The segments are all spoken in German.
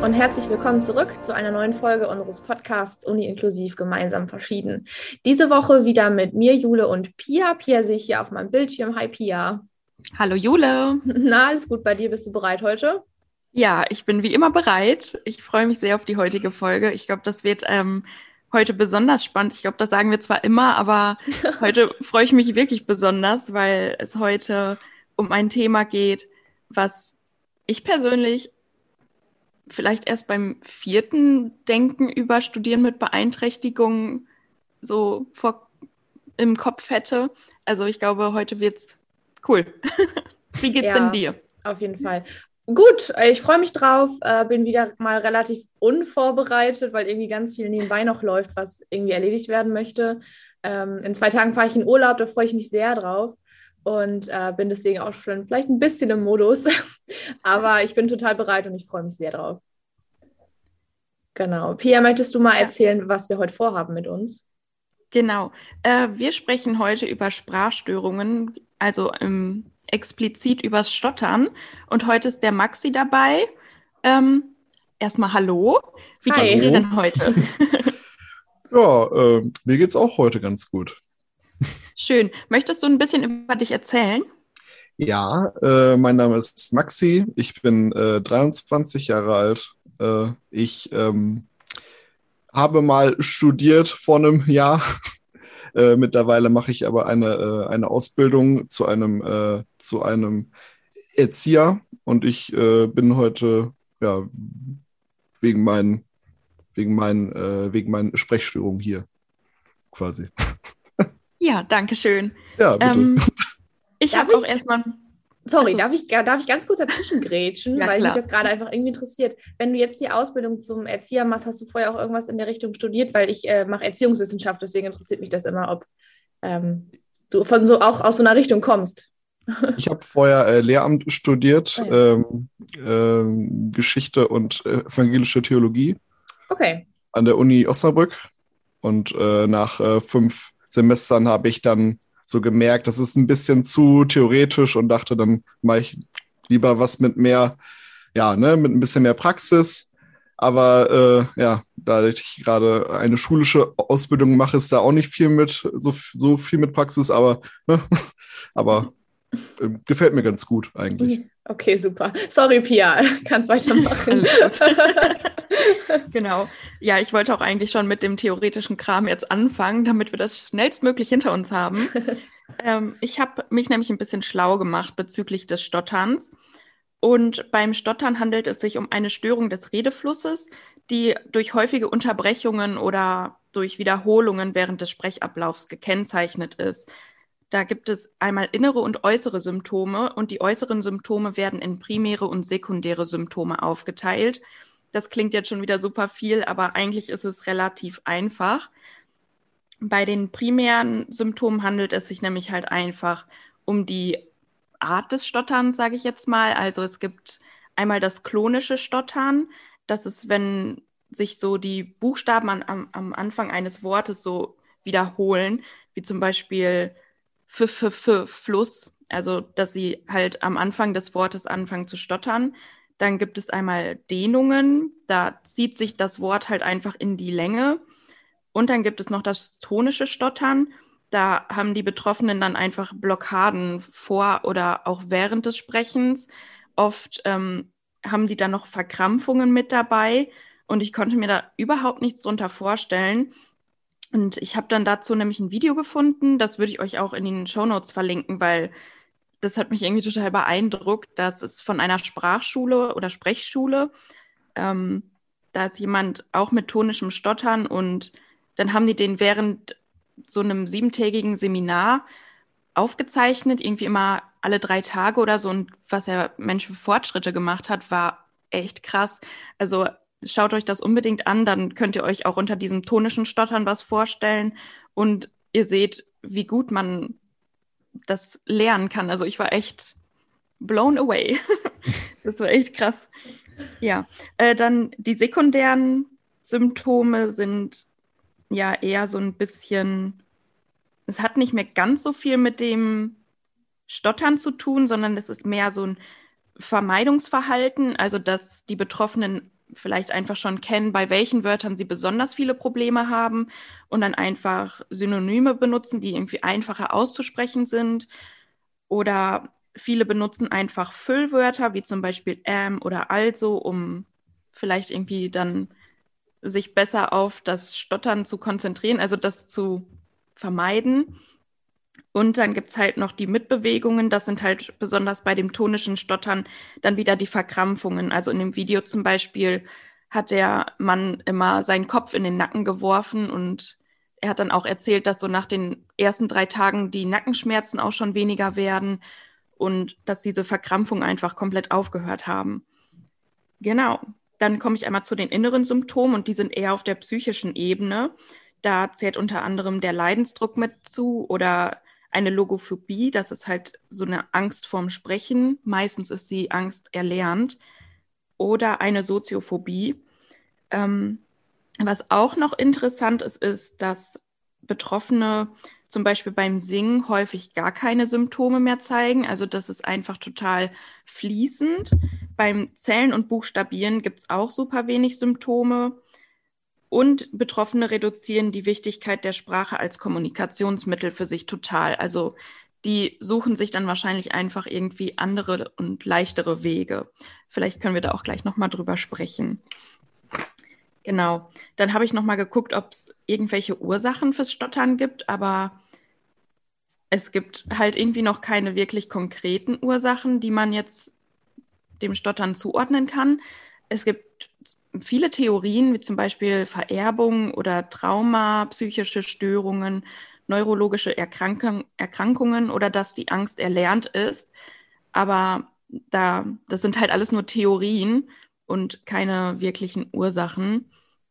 und herzlich willkommen zurück zu einer neuen Folge unseres Podcasts Uni inklusiv gemeinsam verschieden. Diese Woche wieder mit mir, Jule und Pia. Pia sehe ich hier auf meinem Bildschirm. Hi Pia. Hallo Jule. Na, alles gut bei dir? Bist du bereit heute? Ja, ich bin wie immer bereit. Ich freue mich sehr auf die heutige Folge. Ich glaube, das wird heute besonders spannend. Ich glaube, das sagen wir zwar immer, aber heute freue ich mich wirklich besonders, weil es heute um ein Thema geht, was ich persönlich vielleicht erst beim vierten Denken über Studieren mit Beeinträchtigungen so im Kopf hätte. Also ich glaube, heute wird's cool. Wie geht's denn Ja, dir? auf jeden Fall. Gut, ich freue mich drauf. Bin wieder mal relativ unvorbereitet, weil irgendwie ganz viel nebenbei noch läuft, was irgendwie erledigt werden möchte. In 2 Tagen fahre ich in Urlaub, da freue ich mich sehr drauf und bin deswegen auch schon vielleicht ein bisschen im Modus. Aber ich bin total bereit und ich freue mich sehr drauf. Genau. Pia, möchtest du mal Ja. erzählen, was wir heute vorhaben mit uns? Genau. Wir sprechen heute über Sprachstörungen, also explizit übers Stottern. Und heute ist der Maxi dabei. Ähm, Erstmal Hallo. Wie geht's dir Hi. Hallo. denn heute? Ja, mir geht's auch heute ganz gut. Schön. Möchtest du ein bisschen über dich erzählen? Ja, mein Name ist Maxi. Ich bin 23 Jahre alt. Ich habe mal studiert vor einem Jahr. Mittlerweile mache ich aber eine Ausbildung zu einem Erzieher und ich bin heute ja wegen meinen Sprechstörungen hier quasi. Ja, danke schön. Ja, bitte. Ich Darf habe auch ich, erstmal. sorry, Achso, darf ich ganz kurz dazwischen grätschen, ja weil mich klar. das gerade einfach irgendwie interessiert. Wenn du jetzt die Ausbildung zum Erzieher machst, hast du vorher auch irgendwas in der Richtung studiert? Weil ich mache Erziehungswissenschaft, deswegen interessiert mich das immer, ob du von so auch aus so einer Richtung kommst. Ich habe vorher Lehramt studiert, Ah ja. Geschichte und evangelische Theologie Okay. an der Uni Osnabrück. Und nach 5 Semestern habe ich dann so gemerkt, das ist ein bisschen zu theoretisch und dachte, dann mache ich lieber was mit mehr, ja, ne, mit ein bisschen mehr Praxis. Aber ja, da ich gerade eine schulische Ausbildung mache, ist da auch nicht viel mit, so viel mit Praxis, aber, ne, aber gefällt mir ganz gut eigentlich. Okay, super. Sorry, Pia, kannst weitermachen. Alles gut. Genau. Ja, ich wollte auch eigentlich schon mit dem theoretischen Kram jetzt anfangen, damit wir das schnellstmöglich hinter uns haben. Ich habe mich nämlich ein bisschen schlau gemacht bezüglich des Stotterns. Und beim Stottern handelt es sich um eine Störung des Redeflusses, die durch häufige Unterbrechungen oder durch Wiederholungen während des Sprechablaufs gekennzeichnet ist. Da gibt es einmal innere und äußere Symptome und die äußeren Symptome werden in primäre und sekundäre Symptome aufgeteilt. Das klingt jetzt schon wieder super viel, aber eigentlich ist es relativ einfach. Bei den primären Symptomen handelt es sich nämlich halt einfach um die Art des Stotterns, sage ich jetzt mal. Also es gibt einmal das klonische Stottern. Das ist, wenn sich so die Buchstaben am Anfang eines Wortes so wiederholen, wie zum Beispiel Fluss, also dass sie halt am Anfang des Wortes anfangen zu stottern. Dann gibt es einmal Dehnungen, da zieht sich das Wort halt einfach in die Länge. Und dann gibt es noch das tonische Stottern. Da haben die Betroffenen dann einfach Blockaden vor oder auch während des Sprechens. Oft haben die dann noch Verkrampfungen mit dabei. Und ich konnte mir da überhaupt nichts drunter vorstellen. Und ich habe dann dazu nämlich ein Video gefunden. Das würde ich euch auch in den Shownotes verlinken, weil das hat mich irgendwie total beeindruckt. Das ist von einer Sprachschule oder Sprechschule. Da ist jemand auch mit tonischem Stottern und dann haben die den während so einem 7-tägigen Seminar aufgezeichnet, irgendwie immer alle 3 Tage oder so. Und was der Mensch für Fortschritte gemacht hat, war echt krass. Also schaut euch das unbedingt an, dann könnt ihr euch auch unter diesem tonischen Stottern was vorstellen. Und ihr seht, wie gut man das lernen kann. Also ich war echt blown away. Das war echt krass. Ja, dann die sekundären Symptome sind ja eher so ein bisschen, es hat nicht mehr ganz so viel mit dem Stottern zu tun, sondern es ist mehr so ein Vermeidungsverhalten, also dass die Betroffenen vielleicht einfach schon kennen, bei welchen Wörtern sie besonders viele Probleme haben und dann einfach Synonyme benutzen, die irgendwie einfacher auszusprechen sind. Oder viele benutzen einfach Füllwörter, wie zum Beispiel oder also, um vielleicht irgendwie dann sich besser auf das Stottern zu konzentrieren, also das zu vermeiden. Und dann gibt es halt noch die Mitbewegungen, das sind halt besonders bei dem tonischen Stottern dann wieder die Verkrampfungen. Also in dem Video zum Beispiel hat der Mann immer seinen Kopf in den Nacken geworfen und er hat dann auch erzählt, dass so nach den ersten 3 Tagen die Nackenschmerzen auch schon weniger werden und dass diese Verkrampfungen einfach komplett aufgehört haben. Genau. Dann komme ich einmal zu den inneren Symptomen und die sind eher auf der psychischen Ebene. Da zählt unter anderem der Leidensdruck mit zu oder eine Logophobie, das ist halt so eine Angst vorm Sprechen. Meistens ist die Angst erlernt. Oder eine Soziophobie. Was auch noch interessant ist, ist, dass Betroffene zum Beispiel beim Singen häufig gar keine Symptome mehr zeigen. Also das ist einfach total fließend. Beim Zählen und Buchstabieren gibt es auch super wenig Symptome. Und Betroffene reduzieren die Wichtigkeit der Sprache als Kommunikationsmittel für sich total. Also die suchen sich dann wahrscheinlich einfach irgendwie andere und leichtere Wege. Vielleicht können wir da auch gleich nochmal drüber sprechen. Genau. Dann habe ich nochmal geguckt, ob es irgendwelche Ursachen fürs Stottern gibt, aber es gibt halt irgendwie noch keine wirklich konkreten Ursachen, die man jetzt dem Stottern zuordnen kann. Es gibt viele Theorien, wie zum Beispiel Vererbung oder Trauma, psychische Störungen, neurologische Erkrankungen oder dass die Angst erlernt ist. Aber das sind halt alles nur Theorien und keine wirklichen Ursachen.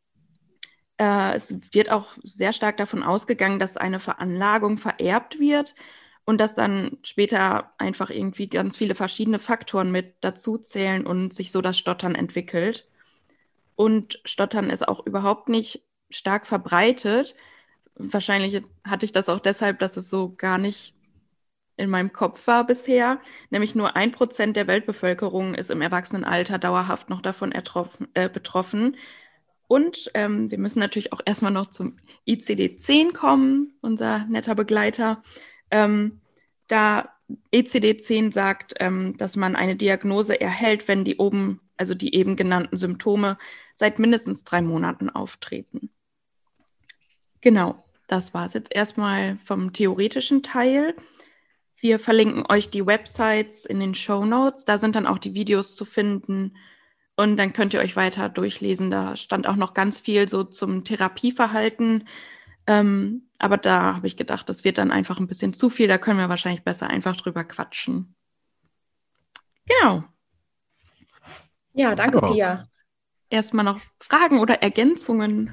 Es wird auch sehr stark davon ausgegangen, dass eine Veranlagung vererbt wird und dass dann später einfach irgendwie ganz viele verschiedene Faktoren mit dazu zählen und sich so das Stottern entwickelt. Und Stottern ist auch überhaupt nicht stark verbreitet. Wahrscheinlich hatte ich das auch deshalb, dass es so gar nicht in meinem Kopf war bisher. Nämlich nur 1% der Weltbevölkerung ist im Erwachsenenalter dauerhaft noch davon betroffen. Und wir müssen natürlich auch erstmal noch zum ICD-10 kommen, unser netter Begleiter. Da ICD-10 sagt, dass man eine Diagnose erhält, wenn die eben genannten Symptome seit mindestens 3 Monaten auftreten. Genau, das war es jetzt erstmal vom theoretischen Teil. Wir verlinken euch die Websites in den Shownotes. Da sind dann auch die Videos zu finden. Und dann könnt ihr euch weiter durchlesen. Da stand auch noch ganz viel so zum Therapieverhalten. Aber da habe ich gedacht, das wird dann einfach ein bisschen zu viel. Da können wir wahrscheinlich besser einfach drüber quatschen. Genau. Ja, danke, Pia. Erstmal noch Fragen oder Ergänzungen?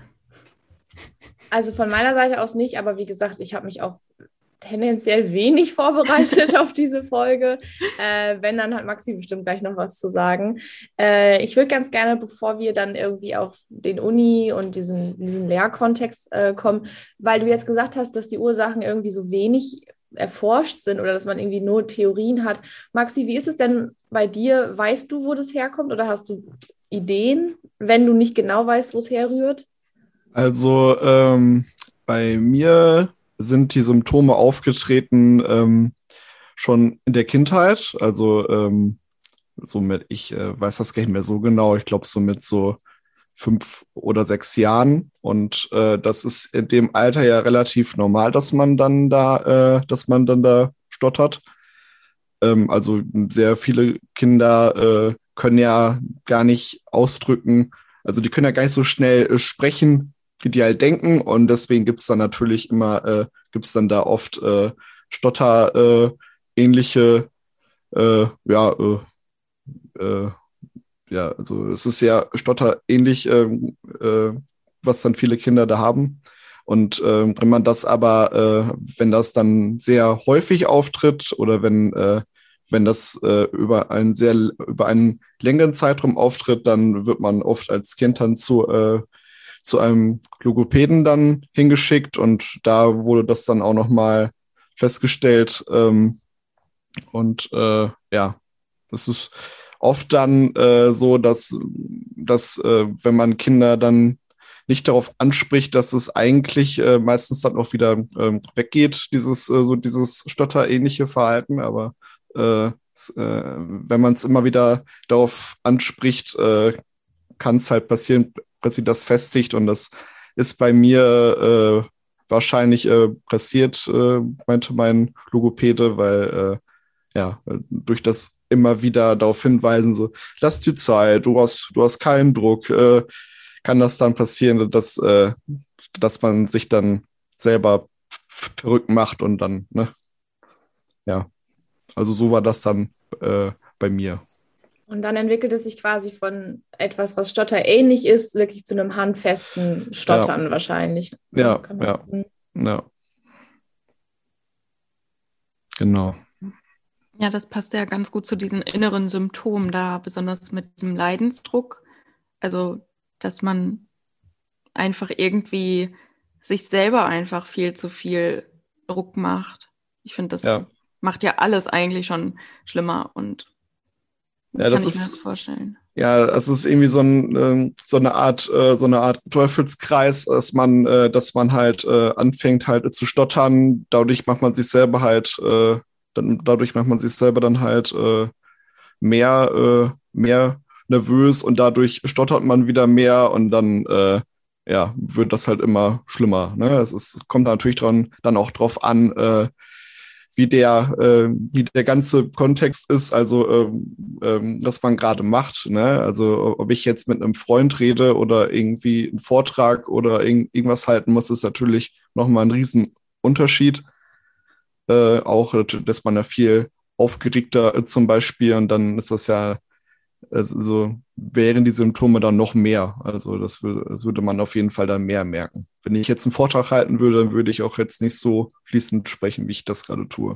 Also von meiner Seite aus nicht, aber wie gesagt, ich habe mich auch tendenziell wenig vorbereitet auf diese Folge. Wenn, dann hat Maxi bestimmt gleich noch was zu sagen. Ich würde ganz gerne, bevor wir dann irgendwie auf den Uni und diesen Lehrkontext kommen, weil du jetzt gesagt hast, dass die Ursachen irgendwie so wenig erforscht sind oder dass man irgendwie nur Theorien hat. Maxi, wie ist es denn bei dir? Weißt du, wo das herkommt oder hast du Ideen, wenn du nicht genau weißt, wo es herrührt? Also bei mir sind die Symptome aufgetreten schon in der Kindheit. Also ich weiß das gar nicht mehr so genau. Ich glaube, so mit so 5 oder 6 Jahren. Und das ist in dem Alter ja relativ normal, dass man dann da stottert. Also sehr viele Kinder können ja gar nicht ausdrücken, also die können ja gar nicht so schnell sprechen, wie die halt denken. Und deswegen gibt es dann natürlich immer, da oft Stotter ähnliche, also es ist ja Stotter ähnlich, was dann viele Kinder da haben. Und wenn man das aber, wenn das dann sehr häufig auftritt oder wenn das über einen längeren Zeitraum auftritt, dann wird man oft als Kind dann zu einem Logopäden dann hingeschickt und da wurde das dann auch nochmal festgestellt. Das ist oft dann so, dass wenn man Kinder dann nicht darauf anspricht, dass es eigentlich meistens dann auch wieder weggeht, dieses stotterähnliche Verhalten. Aber wenn man es immer wieder darauf anspricht, kann es halt passieren, dass sie das festigt. Und das ist bei mir wahrscheinlich passiert, meinte mein Logopäde, weil durch das immer wieder darauf hinweisen, so, lass dir Zeit, du hast keinen Druck, kann das dann passieren, dass man sich dann selber verrückt macht und dann, ne? Ja, also so war das dann bei mir. Und dann entwickelt es sich quasi von etwas, was stotterähnlich ist, wirklich zu einem handfesten Stottern wahrscheinlich. Ja. Genau. Ja, das passt ja ganz gut zu diesen inneren Symptomen da, besonders mit diesem Leidensdruck. Also, dass man einfach irgendwie sich selber einfach viel zu viel Druck macht. Ich finde, das macht ja alles eigentlich schon schlimmer und das kann ich mir das vorstellen. Ja, es ist irgendwie so eine Art Teufelskreis, dass man halt anfängt halt zu stottern. Dadurch macht man sich selber halt dann halt mehr nervös und dadurch stottert man wieder mehr und dann wird das halt immer schlimmer. Ne? Kommt natürlich dann auch drauf an, wie der ganze Kontext ist, also was man gerade macht. Ne? Also ob ich jetzt mit einem Freund rede oder irgendwie einen Vortrag oder irgendwas halten muss, ist natürlich nochmal ein Riesenunterschied. Auch, dass man ja viel aufgeregter zum Beispiel und dann ist das ja, also wären die Symptome dann noch mehr. Also das würde man auf jeden Fall dann mehr merken. Wenn ich jetzt einen Vortrag halten würde, dann würde ich auch jetzt nicht so fließend sprechen, wie ich das gerade tue.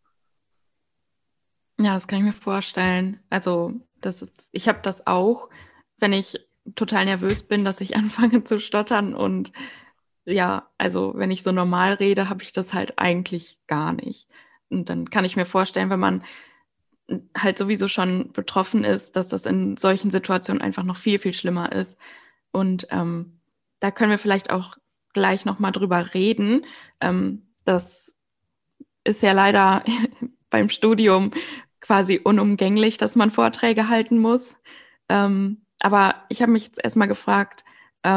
Ja, das kann ich mir vorstellen. Also ich habe das auch, wenn ich total nervös bin, dass ich anfange zu stottern und ja, also wenn ich so normal rede, habe ich das halt eigentlich gar nicht. Und dann kann ich mir vorstellen, wenn man halt sowieso schon betroffen ist, dass das in solchen Situationen einfach noch viel, viel schlimmer ist. Und da können wir vielleicht auch gleich nochmal drüber reden. Das ist ja leider beim Studium quasi unumgänglich, dass man Vorträge halten muss. Aber ich habe mich jetzt erstmal gefragt,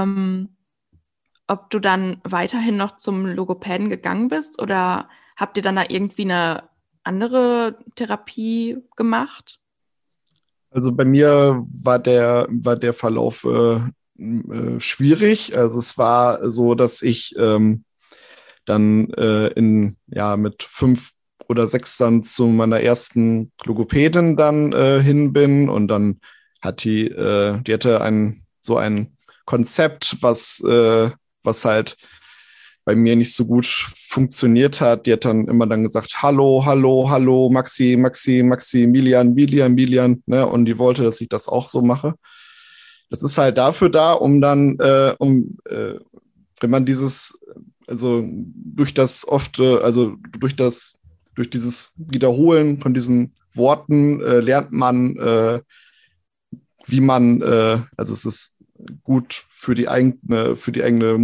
ob du dann weiterhin noch zum Logopäden gegangen bist oder habt ihr dann da irgendwie eine andere Therapie gemacht? Also bei mir war der Verlauf schwierig. Also es war so, dass ich dann mit 5 oder 6 dann zu meiner ersten Logopädin dann hin bin und dann die hatte ein Konzept, was halt bei mir nicht so gut funktioniert hat. Die hat dann immer dann gesagt, hallo, hallo, hallo, Maxi, Maxi, Maximilian, Milian, ne? Und die wollte, dass ich das auch so mache. Das ist halt dafür da, um dann, wenn man dieses, also durch dieses Wiederholen von diesen Worten lernt man, wie man, also es ist gut für die eigene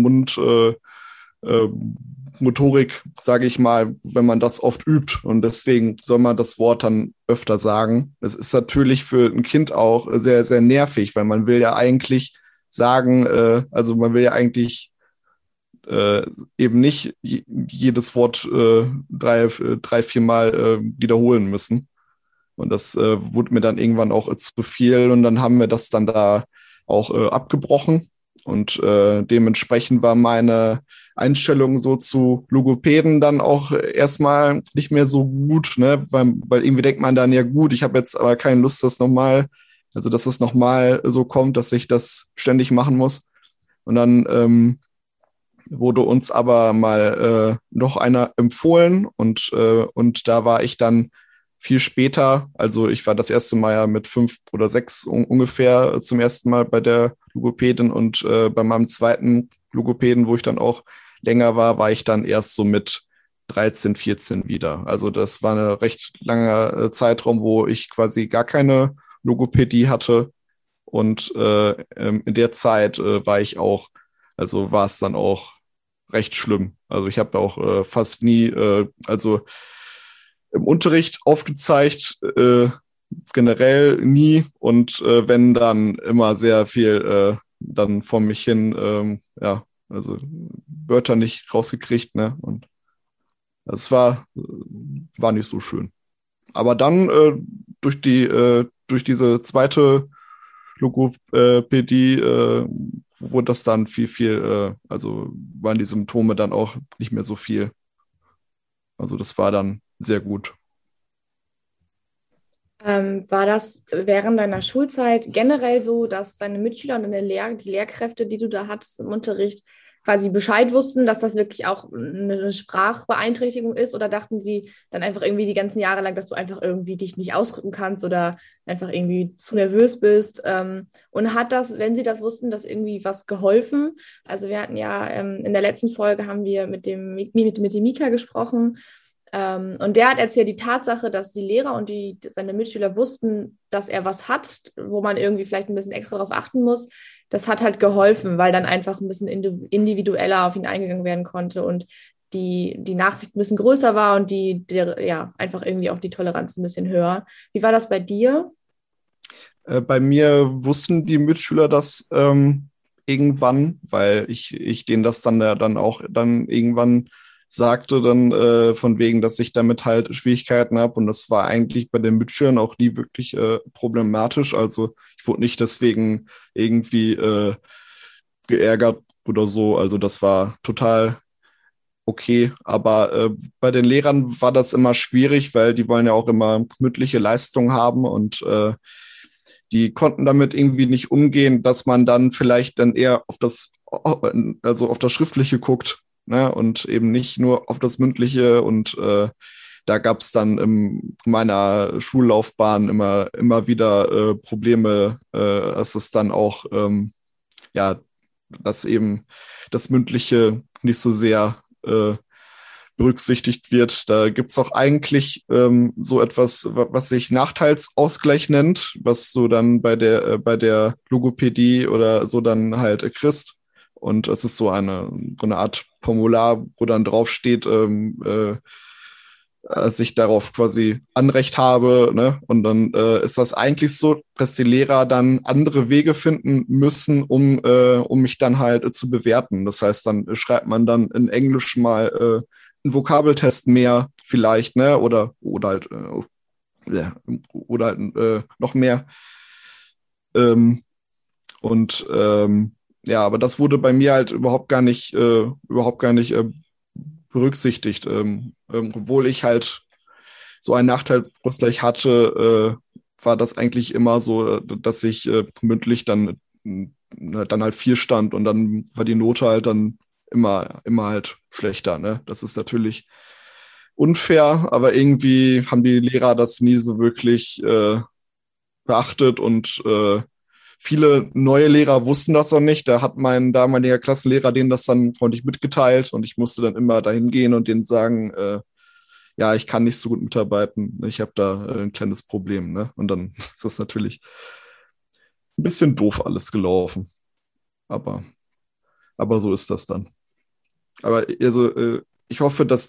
Motorik, sage ich mal, wenn man das oft übt. Und deswegen soll man das Wort dann öfter sagen. Es ist natürlich für ein Kind auch sehr, sehr nervig, weil man will ja eigentlich sagen, also man will ja eigentlich eben nicht jedes Wort 3-4 Mal wiederholen müssen. Und das wurde mir dann irgendwann auch zu viel und dann haben wir das dann da auch abgebrochen. Und dementsprechend war meine Einstellung so zu Logopäden dann auch erstmal nicht mehr so gut, ne? Weil irgendwie denkt man dann, ja gut, ich habe jetzt aber keine Lust, dass es nochmal so kommt, dass ich das ständig machen muss. Und dann wurde uns aber mal noch einer empfohlen und da war ich dann viel später, also ich war das erste Mal ja mit 5 oder 6 ungefähr zum ersten Mal bei der Logopädin und bei meinem zweiten Logopäden, wo ich dann auch länger war ich dann erst so mit 13, 14 wieder. Also das war ein recht langer Zeitraum, wo ich quasi gar keine Logopädie hatte. Und in der Zeit war es dann auch recht schlimm. Also ich habe auch fast nie, also im Unterricht aufgezeigt, generell nie. Und wenn dann immer sehr viel dann vor mich hin, also Wörter nicht rausgekriegt, ne? Und es war nicht so schön. Aber dann durch diese zweite Logopädie wurde das dann viel, also waren die Symptome dann auch nicht mehr so viel. Also das war dann sehr gut. War das während deiner Schulzeit generell so, dass deine Mitschüler und die Lehrkräfte, die du da hattest im Unterricht, quasi Bescheid wussten, dass das wirklich auch eine Sprachbeeinträchtigung ist? Oder dachten die dann einfach irgendwie die ganzen Jahre lang, dass du einfach irgendwie dich nicht ausdrücken kannst oder einfach irgendwie zu nervös bist? Und hat das, wenn sie das wussten, das irgendwie was geholfen? Also wir hatten ja in der letzten Folge haben wir mit dem Mika gesprochen. Und der hat erzählt, die Tatsache, dass die Lehrer und seine Mitschüler wussten, dass er was hat, wo man irgendwie vielleicht ein bisschen extra darauf achten muss, das hat halt geholfen, weil dann einfach ein bisschen individueller auf ihn eingegangen werden konnte und die Nachsicht ein bisschen größer war und einfach irgendwie auch die Toleranz ein bisschen höher. Wie war das bei dir? Bei mir wussten die Mitschüler das irgendwann, weil ich denen das dann auch irgendwann sagte dann von wegen, dass ich damit halt Schwierigkeiten habe und das war eigentlich bei den Mitschülern auch nie wirklich problematisch. Also ich wurde nicht deswegen irgendwie geärgert oder so. Also das war total okay. Aber bei den Lehrern war das immer schwierig, weil die wollen ja auch immer mündliche Leistung haben und die konnten damit irgendwie nicht umgehen, dass man dann vielleicht dann eher auf das Schriftliche guckt. Ne, und eben nicht nur auf das Mündliche und da gab es dann in meiner Schullaufbahn immer wieder Probleme, dass es dann auch, dass eben das Mündliche nicht so sehr berücksichtigt wird. Da gibt es auch eigentlich so etwas, was sich Nachteilsausgleich nennt, was du dann bei der Logopädie oder so dann halt kriegst. Und es ist so eine Art Formular, wo dann draufsteht, dass ich darauf quasi Anrecht habe. Ne? Und dann ist das eigentlich so, dass die Lehrer dann andere Wege finden müssen, um mich dann halt zu bewerten. Das heißt, dann schreibt man dann in Englisch mal einen Vokabeltest mehr vielleicht, ne? Oder noch mehr. Und ja, aber das wurde bei mir halt überhaupt gar nicht berücksichtigt, obwohl ich halt so einen Nachteilsausgleich hatte, war das eigentlich immer so, dass ich mündlich dann halt 4 stand und dann war die Note halt dann immer halt schlechter, ne? Das ist natürlich unfair, aber irgendwie haben die Lehrer das nie so wirklich beachtet und viele neue Lehrer wussten das noch nicht. Da hat mein damaliger Klassenlehrer denen das dann freundlich mitgeteilt und ich musste dann immer dahin gehen und denen sagen, ja, ich kann nicht so gut mitarbeiten. Ich habe da ein kleines Problem. Ne? Und dann ist das natürlich ein bisschen doof alles gelaufen. Aber so ist das dann. Aber also, ich hoffe, dass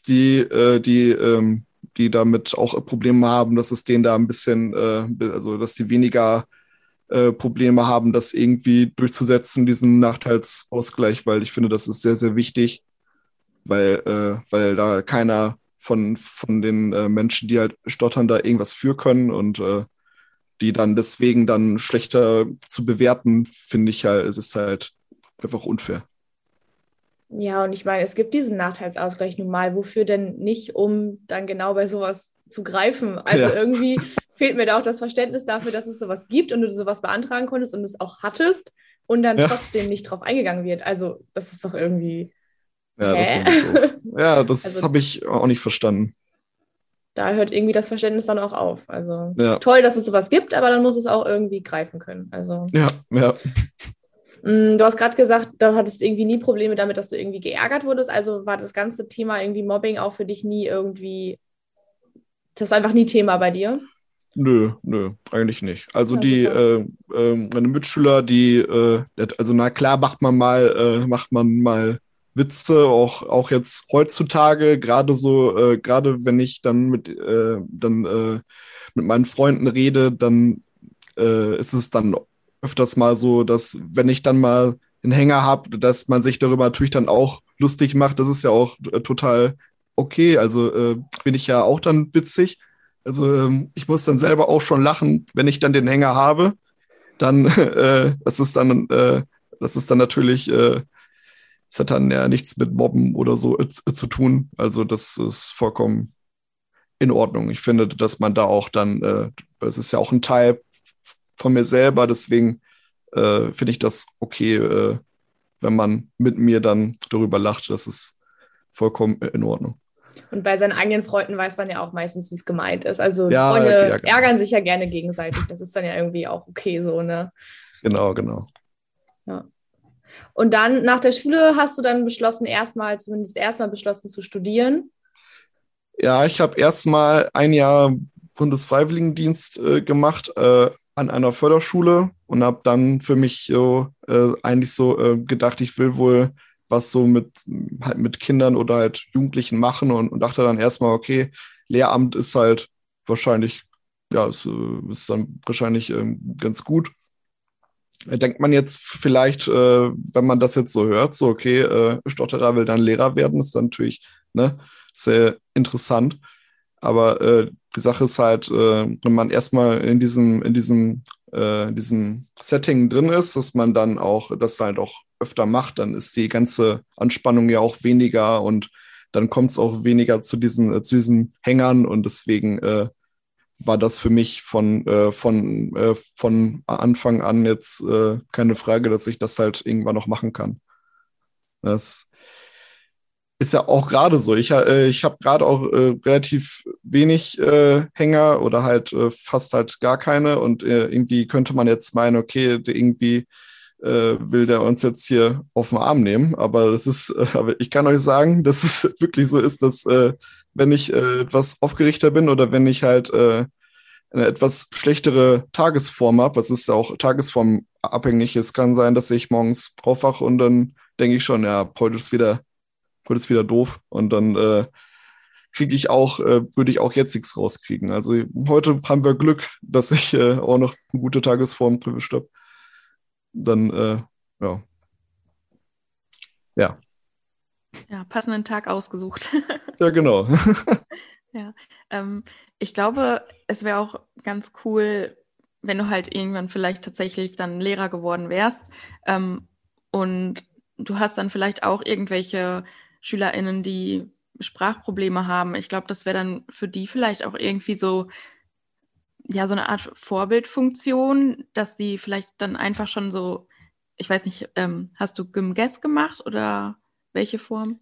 die damit auch Probleme haben, dass es denen da ein bisschen, also dass die weniger Probleme haben, das irgendwie durchzusetzen, diesen Nachteilsausgleich, weil ich finde, das ist sehr, sehr wichtig, weil da keiner von den Menschen, die halt stottern, da irgendwas für können und die dann deswegen dann schlechter zu bewerten, finde ich halt, es ist halt einfach unfair. Ja, und ich meine, es gibt diesen Nachteilsausgleich nun mal. Wofür denn nicht, um dann genau bei sowas zu greifen? Also Ja. irgendwie fehlt mir da auch das Verständnis dafür, dass es sowas gibt und du sowas beantragen konntest und es auch hattest und dann Ja. trotzdem nicht drauf eingegangen wird. Also das ist doch irgendwie... Ja, das ist irgendwie doof. Ja, das Also habe ich auch nicht verstanden. da hört irgendwie das Verständnis dann auch auf. Also Ja, toll, dass es sowas gibt, aber dann muss es auch irgendwie greifen können. Also ja, ja. du hast gerade gesagt, du hattest irgendwie nie Probleme damit, dass du irgendwie geärgert wurdest. Also war das ganze Thema irgendwie Mobbing auch für dich nie irgendwie, das war einfach nie Thema bei dir? Nö, eigentlich nicht. Also Ja, super. meine Mitschüler, also na klar macht man mal Witze, auch jetzt heutzutage, gerade wenn ich mit meinen Freunden rede, dann ist es dann öfters mal so, dass wenn ich dann mal einen Hänger habe, dass man sich darüber natürlich dann auch lustig macht. Das ist ja auch total okay. Also bin ich ja auch dann witzig. Also ich muss dann selber auch schon lachen, wenn ich dann den Hänger habe. Dann, das ist dann natürlich, das hat dann ja nichts mit Mobben oder so zu tun. Also das ist vollkommen in Ordnung. Ich finde, dass man da auch dann, es ist ja auch ein Teil von mir selber, deswegen finde ich das okay, wenn man mit mir dann darüber lacht. Das ist vollkommen in Ordnung. Und bei seinen eigenen Freunden weiß man ja auch meistens, wie es gemeint ist. Also die Ja, ja, Freunde genau. ärgern sich ja gerne gegenseitig. Das ist dann ja irgendwie auch okay so, ne? Genau. Ja. Und dann nach der Schule hast du dann zumindest erstmal beschlossen zu studieren. Ja, ich habe erstmal ein Jahr Bundesfreiwilligendienst gemacht an einer Förderschule und habe dann für mich eigentlich so gedacht, ich will wohl was so mit Kindern oder halt Jugendlichen machen und dachte dann erstmal, okay, Lehramt ist halt wahrscheinlich, ja, ist dann wahrscheinlich ganz gut. Denkt man jetzt vielleicht, wenn man das jetzt so hört, so, okay, Stotterer will dann Lehrer werden, ist dann natürlich, ne, sehr interessant. Aber die Sache ist halt, wenn man erstmal in diesem Setting drin ist, dass man dann auch das halt auch öfter macht, dann ist die ganze Anspannung ja auch weniger und dann kommt es auch weniger zu diesen Hängern und deswegen war das für mich von Anfang an jetzt keine Frage, dass ich das halt irgendwann noch machen kann. Das ist ja auch gerade so. Ich habe gerade auch relativ wenig Hänger oder halt fast halt gar keine. Und irgendwie könnte man jetzt meinen, okay, irgendwie will der uns jetzt hier auf den Arm nehmen. Aber aber ich kann euch sagen, dass es wirklich so ist, dass wenn ich etwas aufgeregter bin oder wenn ich halt eine etwas schlechtere Tagesform habe, was ist ja auch tagesformabhängig, es kann sein, dass ich morgens aufwache und dann denke ich schon, ja, heute ist wieder doof. Und dann würde ich auch jetzt nichts rauskriegen. Also heute haben wir Glück, dass ich auch noch eine gute Tagesform erwischt habe. Dann, ja, ja, Ja, passenden Tag ausgesucht. ja, genau. Ja, ich glaube, es wäre auch ganz cool, wenn du halt irgendwann vielleicht tatsächlich dann Lehrer geworden wärst. Und du hast dann vielleicht auch irgendwelche SchülerInnen, die Sprachprobleme haben. Ich glaube, das wäre dann für die vielleicht auch irgendwie so, ja, so eine Art Vorbildfunktion, dass die vielleicht dann einfach schon so, ich weiß nicht, hast du Gymges gemacht oder welche Form?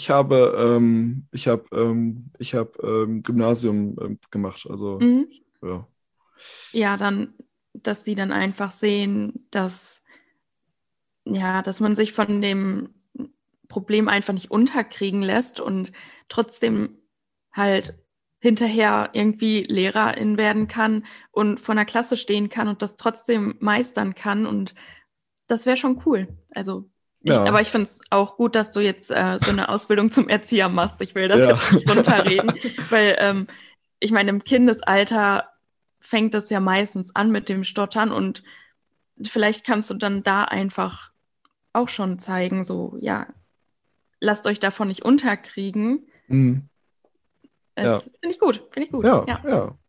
Ich habe Gymnasium gemacht. Also, Mhm. ja. Ja, dann, dass die dann einfach sehen, dass, ja, dass man sich von dem Problem einfach nicht unterkriegen lässt und trotzdem halt hinterher irgendwie Lehrerin werden kann und vor einer Klasse stehen kann und das trotzdem meistern kann. Und das wäre schon cool. Also, Ja, aber ich finde es auch gut, dass du jetzt so eine Ausbildung zum Erzieher machst. Ich will das ja. jetzt nicht runterreden, weil ich meine, im Kindesalter fängt das ja meistens an mit dem Stottern und vielleicht kannst du dann da einfach auch schon zeigen, so, ja, lasst euch davon nicht unterkriegen. Mhm. Das Ja, finde ich gut, ja, ja. ja.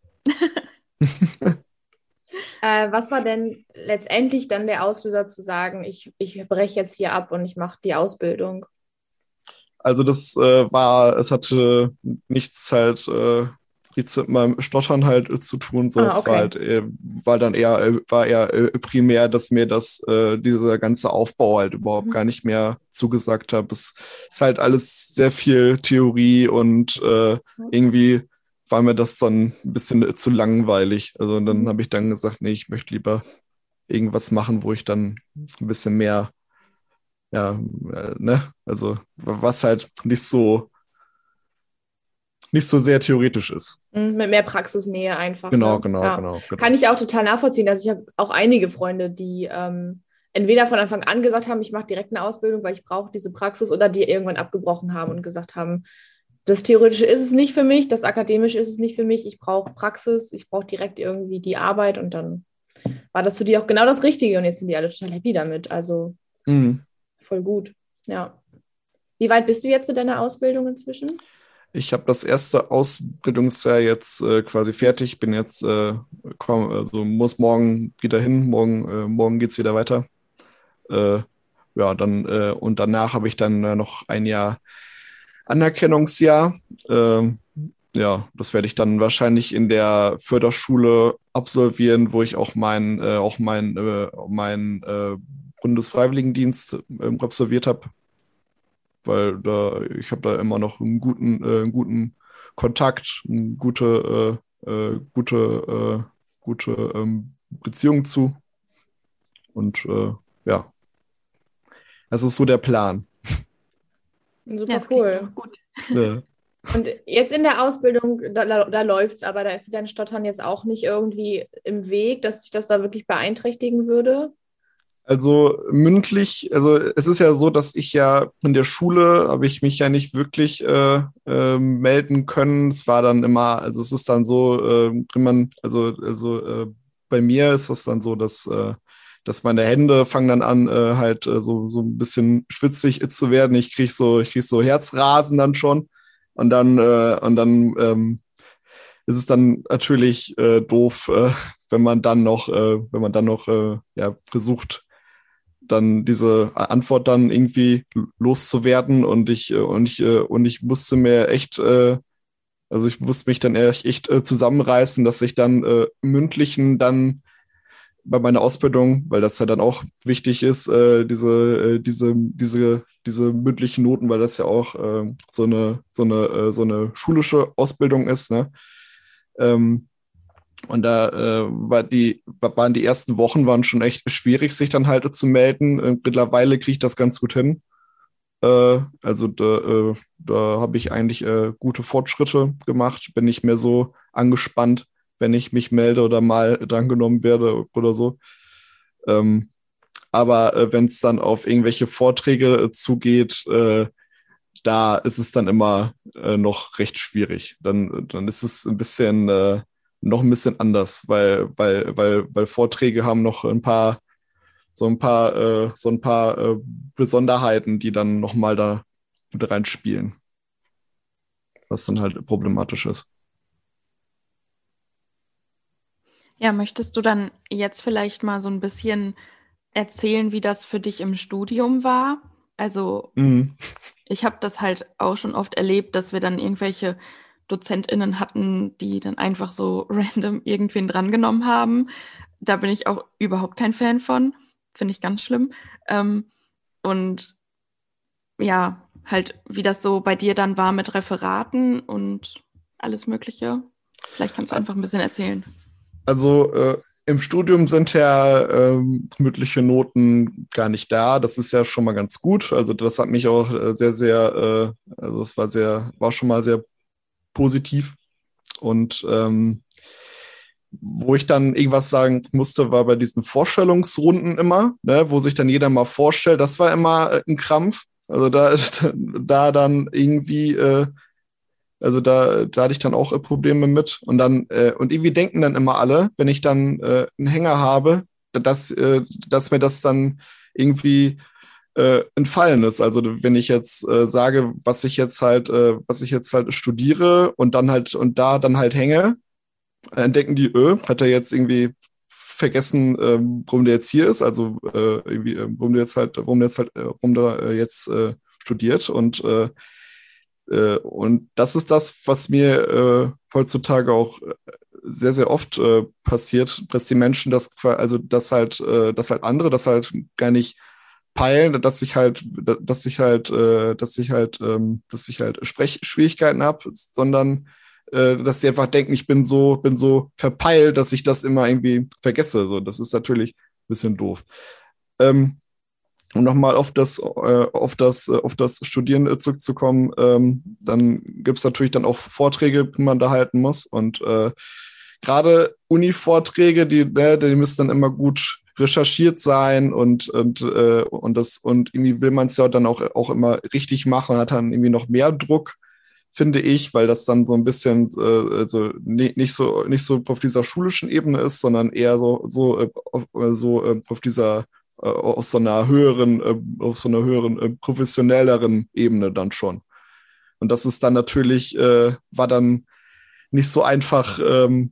Was war denn letztendlich dann der Auslöser zu sagen, ich breche jetzt hier ab und ich mache die Ausbildung? Also es hatte nichts mit meinem Stottern halt zu tun, sondern Ah, es war okay. halt, war eher primär, dass mir dieser ganze Aufbau halt überhaupt Mhm. gar nicht mehr zugesagt hat. Es ist halt alles sehr viel Theorie und irgendwie war mir das dann ein bisschen zu langweilig. Also dann Mhm. habe ich dann gesagt, nee, ich möchte lieber irgendwas machen, wo ich dann ein bisschen mehr ja, ne, also was halt nicht so nicht so sehr theoretisch ist. Mit mehr Praxisnähe einfach. Genau, Ne? genau, Ja. genau. Kann ich auch total nachvollziehen. Also ich habe auch einige Freunde, die entweder von Anfang an gesagt haben, ich mache direkt eine Ausbildung, weil ich brauche diese Praxis, oder die irgendwann abgebrochen haben und gesagt haben, das Theoretische ist es nicht für mich, das Akademische ist es nicht für mich, ich brauche Praxis, ich brauche direkt irgendwie die Arbeit, und dann war das für die auch genau das Richtige, und jetzt sind die alle total happy damit. Also voll gut. Ja. Wie weit bist du jetzt mit deiner Ausbildung inzwischen? Ich habe das erste Ausbildungsjahr jetzt quasi fertig, bin jetzt, muss morgen wieder hin, morgen geht es wieder weiter. Ja, dann und danach habe ich dann noch ein Jahr Anerkennungsjahr. Ja, das werde ich dann wahrscheinlich in der Förderschule absolvieren, wo ich auch mein Bundesfreiwilligendienst absolviert habe, weil ich habe da immer noch einen guten Kontakt, eine gute Beziehung zu. Und ja, das ist so der Plan. Super cool. Gut. Und jetzt in der Ausbildung, da läuft es, aber da ist dir dein Stottern jetzt auch nicht irgendwie im Weg, dass sich das da wirklich beeinträchtigen würde? Also mündlich, also es ist ja so, dass ich ja in der Schule habe ich mich ja nicht wirklich melden können. Es war dann immer, also es ist dann so, bei mir ist das dann so, dass meine Hände fangen dann an, so ein bisschen schwitzig zu werden. Ich krieg so Herzrasen dann schon. Und dann ist es dann natürlich doof, wenn man dann noch ja, versucht, dann diese Antwort dann irgendwie loszuwerden. Und ich musste mir echt, also ich musste mich dann echt zusammenreißen, dass ich dann mündlichen dann bei meiner Ausbildung, weil das ja dann auch wichtig ist, diese mündlichen Noten, weil das ja auch so eine schulische Ausbildung ist, ne? Und da waren die ersten Wochen waren schon echt schwierig, sich dann halt zu melden. Mittlerweile kriege ich das ganz gut hin. Also da habe ich eigentlich gute Fortschritte gemacht, bin nicht mehr so angespannt, wenn ich mich melde oder mal drangenommen werde oder so. Aber wenn es dann auf irgendwelche Vorträge zugeht, da ist es dann immer noch recht schwierig. Dann ist es noch ein bisschen anders, weil Vorträge haben noch so ein paar Besonderheiten, die dann nochmal da mit reinspielen, was dann halt problematisch ist. Ja, möchtest du dann jetzt vielleicht mal so ein bisschen erzählen, wie das für dich im Studium war? Also ich habe das halt auch schon oft erlebt, dass wir dann irgendwelche DozentInnen hatten, die dann einfach so random irgendwen drangenommen haben. Da bin ich auch überhaupt kein Fan von. Finde ich ganz schlimm. Und ja, halt, wie das so bei dir dann war mit Referaten und alles Mögliche. Vielleicht kannst du einfach ein bisschen erzählen. Also im Studium sind ja mündliche Noten gar nicht da. Das ist ja schon mal ganz gut. Also das hat mich auch also es war schon mal sehr positiv. Und wo ich dann irgendwas sagen musste, war bei diesen Vorstellungsrunden immer, ne, wo sich dann jeder mal vorstellt. Das war immer ein Krampf. Also da dann irgendwie also da hatte ich dann auch Probleme mit. Und und irgendwie denken dann immer alle, wenn ich dann einen Hänger habe, dass mir das dann irgendwie entfallen ist. Also wenn ich jetzt sage, was ich jetzt halt studiere und da dann halt hänge, dann denken die, hat er jetzt irgendwie vergessen, warum der jetzt hier ist, also irgendwie, warum der jetzt studiert. Und das ist das, was mir heutzutage auch sehr, sehr oft passiert, dass die Menschen dass halt andere das halt gar nicht peilen, dass ich halt Sprechschwierigkeiten habe, sondern dass sie einfach denken, ich bin so verpeilt, dass ich das immer irgendwie vergesse. So, das ist natürlich ein bisschen doof. um nochmal auf das Studieren zurückzukommen, dann gibt es natürlich dann auch Vorträge, die man da halten muss. Und gerade Uni-Vorträge, die müssen dann immer gut recherchiert sein und irgendwie will man es ja dann auch immer richtig machen und hat dann irgendwie noch mehr Druck, finde ich, weil das dann so ein bisschen also nicht so auf dieser schulischen Ebene ist, sondern eher auf dieser auf so einer höheren, professionelleren Ebene dann schon. Und das ist dann natürlich, war dann nicht so einfach,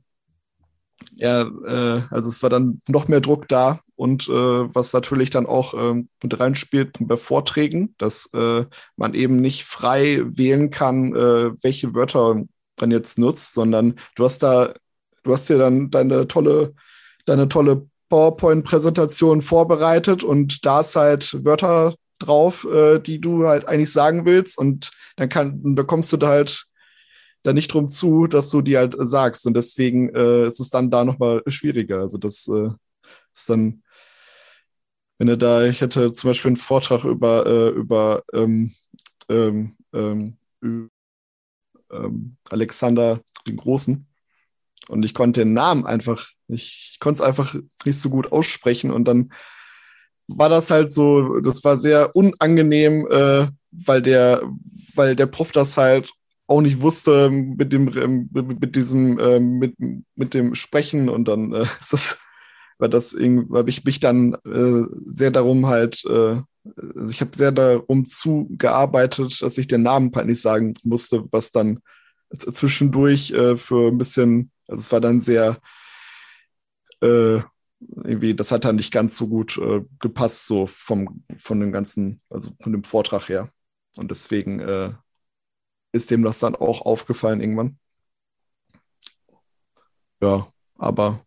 also es war dann noch mehr Druck da und was natürlich dann auch mit reinspielt bei Vorträgen, dass man eben nicht frei wählen kann, welche Wörter man jetzt nutzt, sondern du hast dir dann deine tolle PowerPoint-Präsentation vorbereitet und da ist halt Wörter drauf, die du halt eigentlich sagen willst und da kommst du da halt da nicht drum zu, dass du die halt sagst und deswegen ist es dann da nochmal schwieriger. Also das ist dann, ich hätte zum Beispiel einen Vortrag über Alexander den Großen und ich konnte den Namen ich konnte es einfach nicht so gut aussprechen und dann war das halt so, das war sehr unangenehm, weil der Prof das halt auch nicht wusste mit dem Sprechen und dann habe ich mich dann sehr darum also ich habe sehr darum zugearbeitet, dass ich den Namen halt nicht sagen musste, was dann zwischendurch für ein bisschen, also es war dann sehr irgendwie, das hat dann nicht ganz so gut gepasst, so von dem ganzen, also von dem Vortrag her. Und deswegen ist dem das dann auch aufgefallen irgendwann. Ja, aber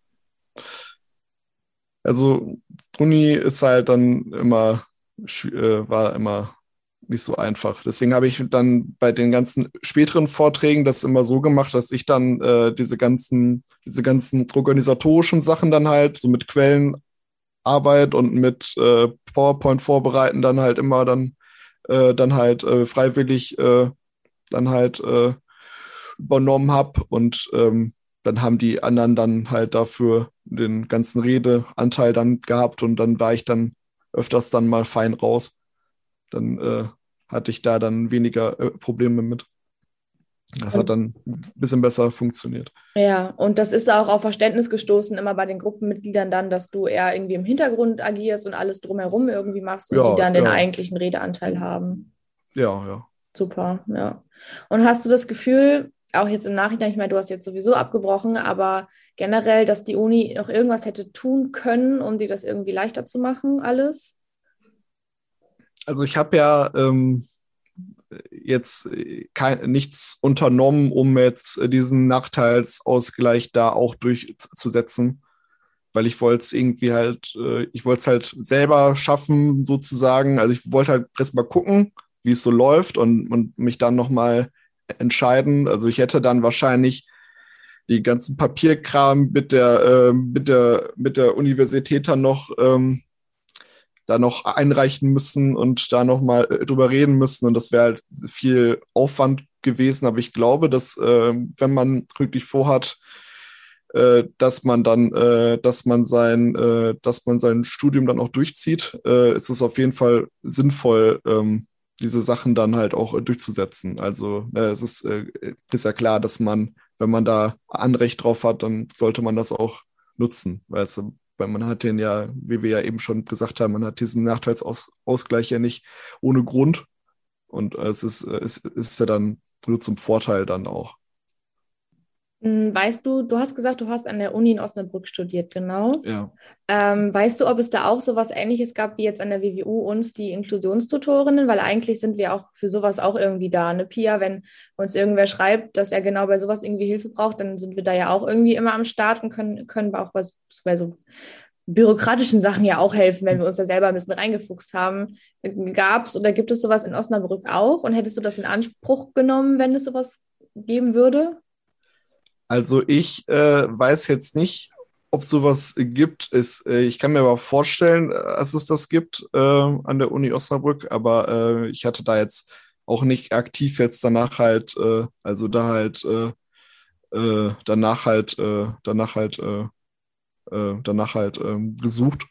also Uni ist halt dann war immer nicht so einfach. Deswegen habe ich dann bei den ganzen späteren Vorträgen das immer so gemacht, dass ich dann diese ganzen organisatorischen Sachen dann halt, so mit Quellenarbeit und mit PowerPoint vorbereiten, dann halt immer dann halt freiwillig dann halt übernommen habe und dann haben die anderen dann halt dafür den ganzen Redeanteil dann gehabt und dann war ich dann öfters dann mal fein raus. Dann hatte ich da dann weniger Probleme mit. Das hat dann ein bisschen besser funktioniert. Ja, und das ist auch auf Verständnis gestoßen, immer bei den Gruppenmitgliedern dann, dass du eher irgendwie im Hintergrund agierst und alles drumherum irgendwie machst und die dann den eigentlichen Redeanteil haben. Ja, ja. Super, ja. Und hast du das Gefühl, auch jetzt im Nachhinein, ich meine, du hast jetzt sowieso abgebrochen, aber generell, dass die Uni noch irgendwas hätte tun können, um dir das irgendwie leichter zu machen, alles? Also ich habe ja jetzt nichts unternommen, um jetzt diesen Nachteilsausgleich da auch durchzusetzen, weil ich wollte es irgendwie halt, ich wollte es halt selber schaffen sozusagen. Also ich wollte halt erst mal gucken, wie es so läuft und mich dann nochmal entscheiden. Also ich hätte dann wahrscheinlich die ganzen Papierkram mit der Universität dann noch da noch einreichen müssen und da noch mal drüber reden müssen. Und das wäre halt viel Aufwand gewesen. Aber ich glaube, dass wenn man wirklich vorhat, dass man sein Studium dann auch durchzieht, ist es auf jeden Fall sinnvoll, diese Sachen dann halt auch durchzusetzen. Also es ist ja klar, dass man, wenn man da Anrecht drauf hat, dann sollte man das auch nutzen, weil man hat den ja, wie wir ja eben schon gesagt haben, man hat diesen Nachteilsausgleich ja nicht ohne Grund und es ist ja dann nur zum Vorteil dann auch. Weißt du, du hast gesagt, du hast an der Uni in Osnabrück studiert, genau. Ja. Weißt du, ob es da auch sowas Ähnliches gab wie jetzt an der WWU uns die Inklusionstutorinnen? Weil eigentlich sind wir auch für sowas auch irgendwie da. Ne, Pia, wenn uns irgendwer schreibt, dass er genau bei sowas irgendwie Hilfe braucht, dann sind wir da ja auch irgendwie immer am Start und können auch bei so bürokratischen Sachen ja auch helfen, wenn wir uns da selber ein bisschen reingefuchst haben. Gab es oder gibt es sowas in Osnabrück auch? Und hättest du das in Anspruch genommen, wenn es sowas geben würde? Also ich weiß jetzt nicht, ob sowas gibt, ich kann mir aber vorstellen, dass es das gibt an der Uni Osnabrück, aber ich hatte da jetzt auch nicht aktiv jetzt danach halt, also da halt danach halt gesucht.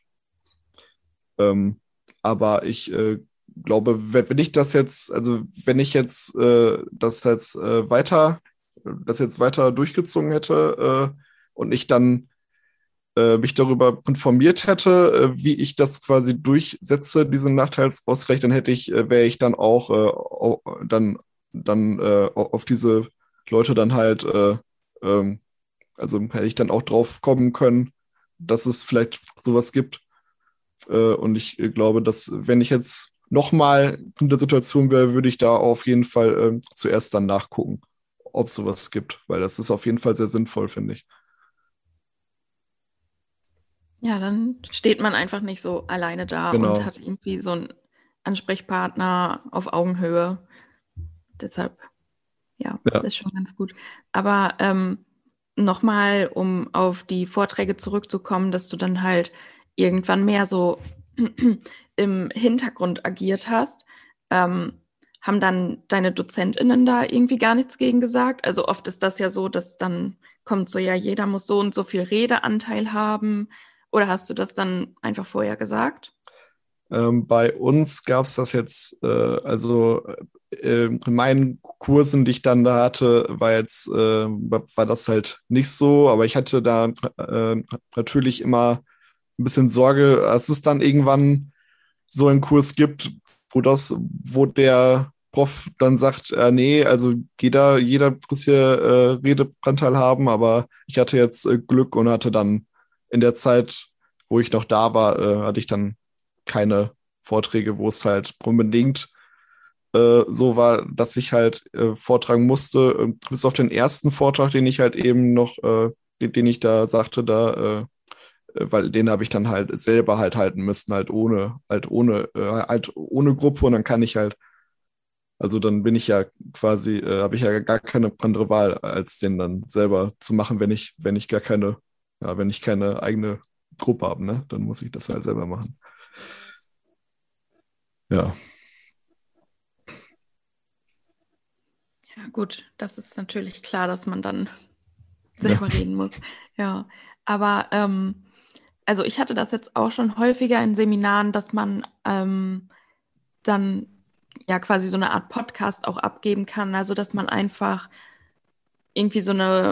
Aber ich glaube, wenn ich das jetzt, also wenn ich jetzt das jetzt weiter durchgezogen hätte und ich dann mich darüber informiert hätte, wie ich das quasi durchsetze, diesen Nachteilsausgleich, dann wäre ich dann auch auf diese Leute dann halt, also hätte ich dann auch drauf kommen können, dass es vielleicht sowas gibt. Und ich glaube, dass wenn ich jetzt nochmal in der Situation wäre, würde ich da auf jeden Fall zuerst dann nachgucken, ob es sowas gibt, weil das ist auf jeden Fall sehr sinnvoll, finde ich. Ja, dann steht man einfach nicht so alleine da Genau. und hat irgendwie so einen Ansprechpartner auf Augenhöhe. Deshalb, ja, Ja. ist schon ganz gut. Aber nochmal, um auf die Vorträge zurückzukommen, dass du dann halt irgendwann mehr so im Hintergrund agiert hast, haben dann deine DozentInnen da irgendwie gar nichts gegen gesagt? Also oft ist das ja so, dass dann kommt so, ja, jeder muss so und so viel Redeanteil haben. Oder hast du das dann einfach vorher gesagt? Bei uns gab es das jetzt, in meinen Kursen, die ich dann da hatte, war das halt nicht so, aber ich hatte da natürlich immer ein bisschen Sorge, dass es dann irgendwann so einen Kurs gibt, wo der Prof dann sagt, nee, also jeder muss hier Redeanteil haben, aber ich hatte jetzt Glück und hatte dann in der Zeit, wo ich noch da war, hatte ich dann keine Vorträge, wo es halt unbedingt so war, dass ich halt vortragen musste, bis auf den ersten Vortrag, den ich halt eben noch, den ich da sagte, weil den habe ich dann halt selber halt halten müssen, halt ohne Gruppe und dann kann ich halt, also dann bin ich ja quasi, habe ich ja gar keine andere Wahl, als den dann selber zu machen, wenn ich wenn ich keine eigene Gruppe habe, ne? Dann muss ich das halt selber machen. Ja. Ja, gut, das ist natürlich klar, dass man dann selber reden muss. Ja, aber also ich hatte das jetzt auch schon häufiger in Seminaren, dass man dann ja quasi so eine Art Podcast auch abgeben kann, also dass man einfach irgendwie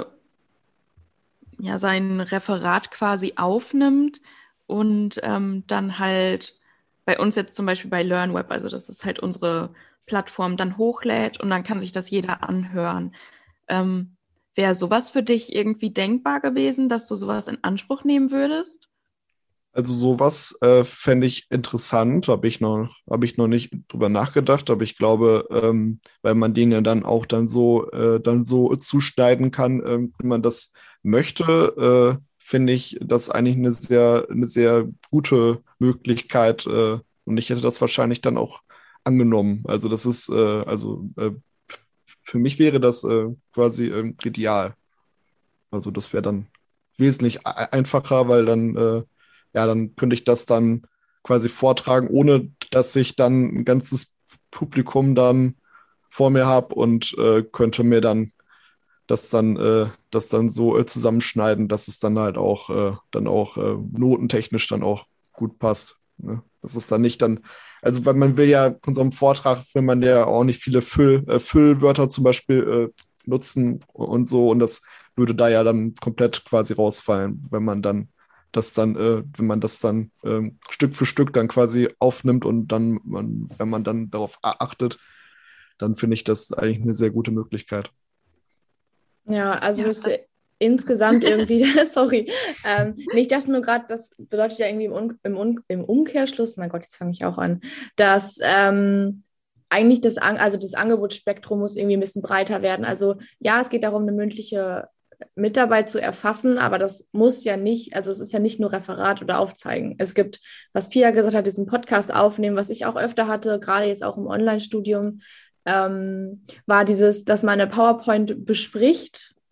sein Referat quasi aufnimmt und dann halt bei uns jetzt zum Beispiel bei LearnWeb, also das ist halt unsere Plattform, dann hochlädt und dann kann sich das jeder anhören. Wäre sowas für dich irgendwie denkbar gewesen, dass du sowas in Anspruch nehmen würdest? Also sowas fände ich interessant, hab ich noch nicht drüber nachgedacht, aber ich glaube, weil man den ja dann auch dann so zuschneiden kann, wie man das möchte, finde ich das eigentlich eine sehr gute Möglichkeit, und ich hätte das wahrscheinlich dann auch angenommen. Also für mich wäre das quasi ideal. Also das wäre dann wesentlich einfacher, weil dann könnte ich das dann quasi vortragen, ohne dass ich dann ein ganzes Publikum dann vor mir habe und könnte mir dann das dann so zusammenschneiden, dass es dann halt auch notentechnisch dann auch gut passt. Ne? Das ist dann nicht dann, also weil man will ja von so einem Vortrag, will man ja auch nicht viele Füllwörter zum Beispiel nutzen und so, und das würde da ja dann komplett quasi rausfallen, wenn man das dann Stück für Stück dann quasi aufnimmt und wenn man dann darauf achtet, dann finde ich das eigentlich eine sehr gute Möglichkeit. Ja, also Ja, müsste insgesamt irgendwie, sorry, ich dachte nur gerade, das bedeutet ja irgendwie im Umkehrschluss, mein Gott, jetzt fange ich auch an, dass eigentlich das Angebotsspektrum muss irgendwie ein bisschen breiter werden. Also ja, es geht darum, eine mündliche Mitarbeit zu erfassen, aber das muss ja nicht, also es ist ja nicht nur Referat oder Aufzeigen. Es gibt, was Pia gesagt hat, diesen Podcast aufnehmen, was ich auch öfter hatte, gerade jetzt auch im Online-Studium, war dieses, dass man eine PowerPoint bespricht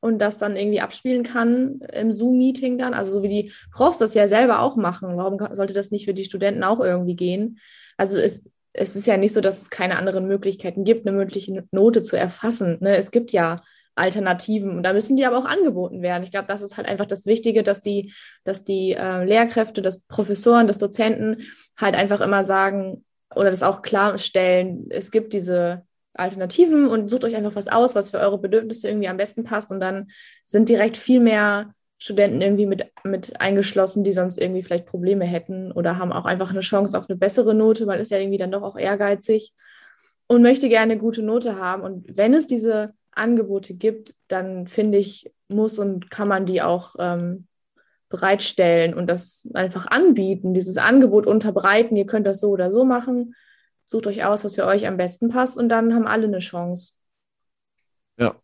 und das dann irgendwie abspielen kann im Zoom-Meeting dann. Also so wie die Profs das ja selber auch machen. Warum sollte das nicht für die Studenten auch irgendwie gehen? Also es ist ja nicht so, dass es keine anderen Möglichkeiten gibt, eine mündliche Note zu erfassen. Ne? Es gibt ja Alternativen und da müssen die aber auch angeboten werden. Ich glaube, das ist halt einfach das Wichtige, dass die Lehrkräfte, dass Professoren, dass Dozenten halt einfach immer sagen oder das auch klarstellen, es gibt diese Alternativen und sucht euch einfach was aus, was für eure Bedürfnisse irgendwie am besten passt und dann sind direkt viel mehr Studenten irgendwie mit eingeschlossen, die sonst irgendwie vielleicht Probleme hätten oder haben auch einfach eine Chance auf eine bessere Note. Man ist ja irgendwie dann doch auch ehrgeizig und möchte gerne eine gute Note haben. Und wenn es diese Angebote gibt, dann finde ich, muss und kann man die auch bereitstellen und das einfach anbieten, dieses Angebot unterbreiten. Ihr könnt das so oder so machen. Sucht euch aus, was für euch am besten passt und dann haben alle eine Chance. Ja.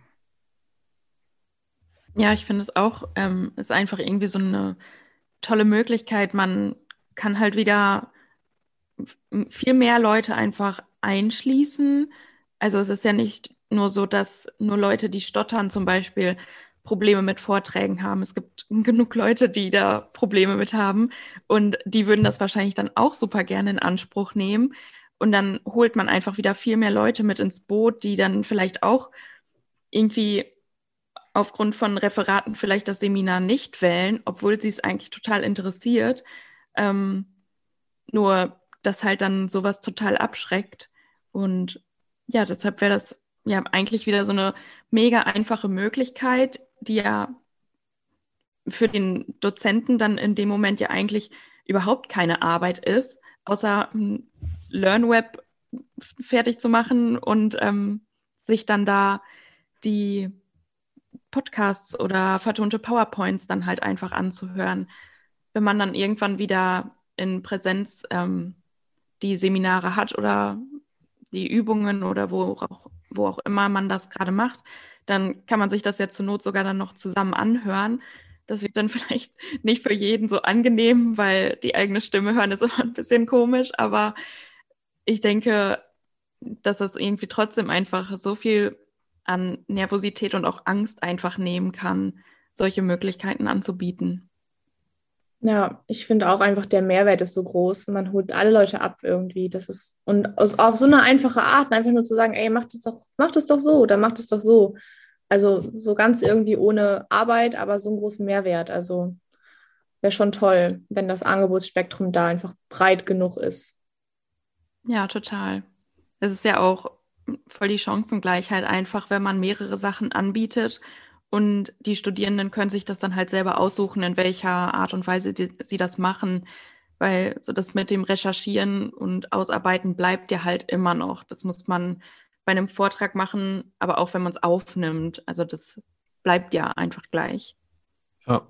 Ja, ich finde es auch, ist einfach irgendwie so eine tolle Möglichkeit. Man kann halt wieder viel mehr Leute einfach einschließen. Also es ist ja nicht nur so, dass nur Leute, die stottern, zum Beispiel Probleme mit Vorträgen haben. Es gibt genug Leute, die da Probleme mit haben und die würden das wahrscheinlich dann auch super gerne in Anspruch nehmen. Und dann holt man einfach wieder viel mehr Leute mit ins Boot, die dann vielleicht auch irgendwie aufgrund von Referaten vielleicht das Seminar nicht wählen, obwohl sie es eigentlich total interessiert. Nur, dass halt dann sowas total abschreckt. Und ja, deshalb wäre das ja eigentlich wieder so eine mega einfache Möglichkeit, die ja für den Dozenten dann in dem Moment ja eigentlich überhaupt keine Arbeit ist, außer ein LearnWeb fertig zu machen und sich dann da die Podcasts oder vertonte PowerPoints dann halt einfach anzuhören. Wenn man dann irgendwann wieder in Präsenz die Seminare hat oder die Übungen oder wo auch immer man das gerade macht, dann kann man sich das ja zur Not sogar dann noch zusammen anhören. Das wird dann vielleicht nicht für jeden so angenehm, weil die eigene Stimme hören ist immer ein bisschen komisch, aber ich denke, dass es irgendwie trotzdem einfach so viel an Nervosität und auch Angst einfach nehmen kann, solche Möglichkeiten anzubieten. Ja, ich finde auch einfach, der Mehrwert ist so groß. Man holt alle Leute ab irgendwie. Das ist, und auf so eine einfache Art, einfach nur zu sagen, ey, mach das doch so oder mach das doch so. Also so ganz irgendwie ohne Arbeit, aber so einen großen Mehrwert. Also wäre schon toll, wenn das Angebotsspektrum da einfach breit genug ist. Ja, total. Es ist ja auch voll die Chancengleichheit einfach, wenn man mehrere Sachen anbietet und die Studierenden können sich das dann halt selber aussuchen, in welcher Art und Weise sie das machen, weil so das mit dem Recherchieren und Ausarbeiten bleibt ja halt immer noch. Das muss man bei einem Vortrag machen, aber auch wenn man es aufnimmt. Also das bleibt ja einfach gleich. Ja.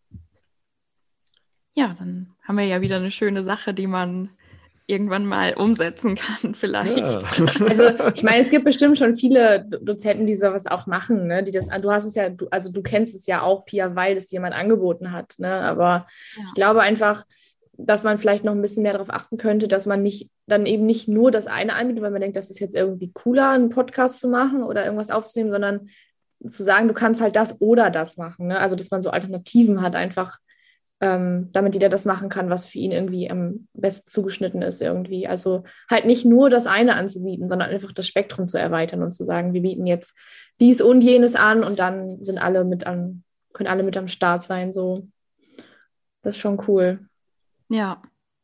Ja, dann haben wir ja wieder eine schöne Sache, die man irgendwann mal umsetzen kann, vielleicht. Ja. Also ich meine, es gibt bestimmt schon viele Dozenten, die sowas auch machen, ne? Die das, du hast es ja, also du kennst es ja auch, Pia, weil es jemand angeboten hat, ne? Aber Ja. ich glaube einfach, dass man vielleicht noch ein bisschen mehr darauf achten könnte, dass man nicht dann eben nicht nur das eine anbietet, weil man denkt, das ist jetzt irgendwie cooler, einen Podcast zu machen oder irgendwas aufzunehmen, sondern zu sagen, du kannst halt das oder das machen, ne? Also dass man so Alternativen hat, einfach damit jeder das machen kann, was für ihn irgendwie am besten zugeschnitten ist irgendwie. Also halt nicht nur das eine anzubieten, sondern einfach das Spektrum zu erweitern und zu sagen, wir bieten jetzt dies und jenes an und dann können alle mit am Start sein. So, das ist schon cool. Ja.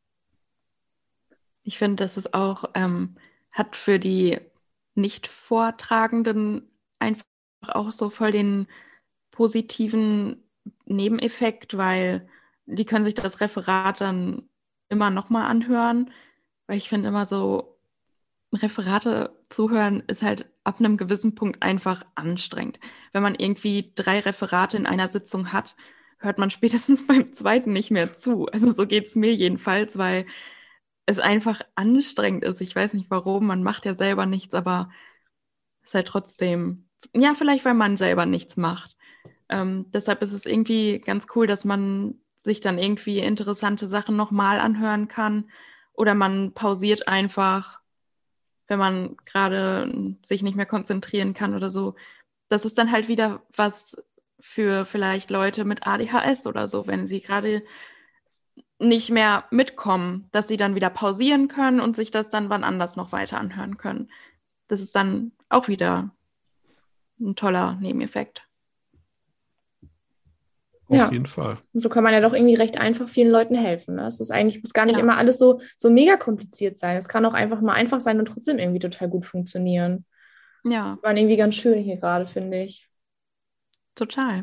Ich finde, dass es auch hat für die Nicht-Vortragenden einfach auch so voll den positiven Nebeneffekt, weil die können sich das Referat dann immer nochmal anhören, weil ich finde immer so, Referate zuhören ist halt ab einem gewissen Punkt einfach anstrengend. Wenn man irgendwie 3 Referate in einer Sitzung hat, hört man spätestens beim zweiten nicht mehr zu. Also so geht es mir jedenfalls, weil es einfach anstrengend ist. Ich weiß nicht warum, man macht ja selber nichts, aber es ist halt trotzdem, ja, vielleicht weil man selber nichts macht. Deshalb ist es irgendwie ganz cool, dass man sich dann irgendwie interessante Sachen nochmal anhören kann oder man pausiert einfach, wenn man gerade sich nicht mehr konzentrieren kann oder so. das ist dann halt wieder was für vielleicht Leute mit ADHS oder so, wenn sie gerade nicht mehr mitkommen, dass sie dann wieder pausieren können und sich das dann wann anders noch weiter anhören können. Das ist dann auch wieder ein toller Nebeneffekt. Auf jeden Fall. Und so kann man ja doch irgendwie recht einfach vielen Leuten helfen. Ne? Es ist eigentlich, muss gar nicht Ja. immer alles so mega kompliziert sein. Es kann auch einfach mal einfach sein und trotzdem irgendwie total gut funktionieren. Ja, War irgendwie ganz schön hier gerade, finde ich. total.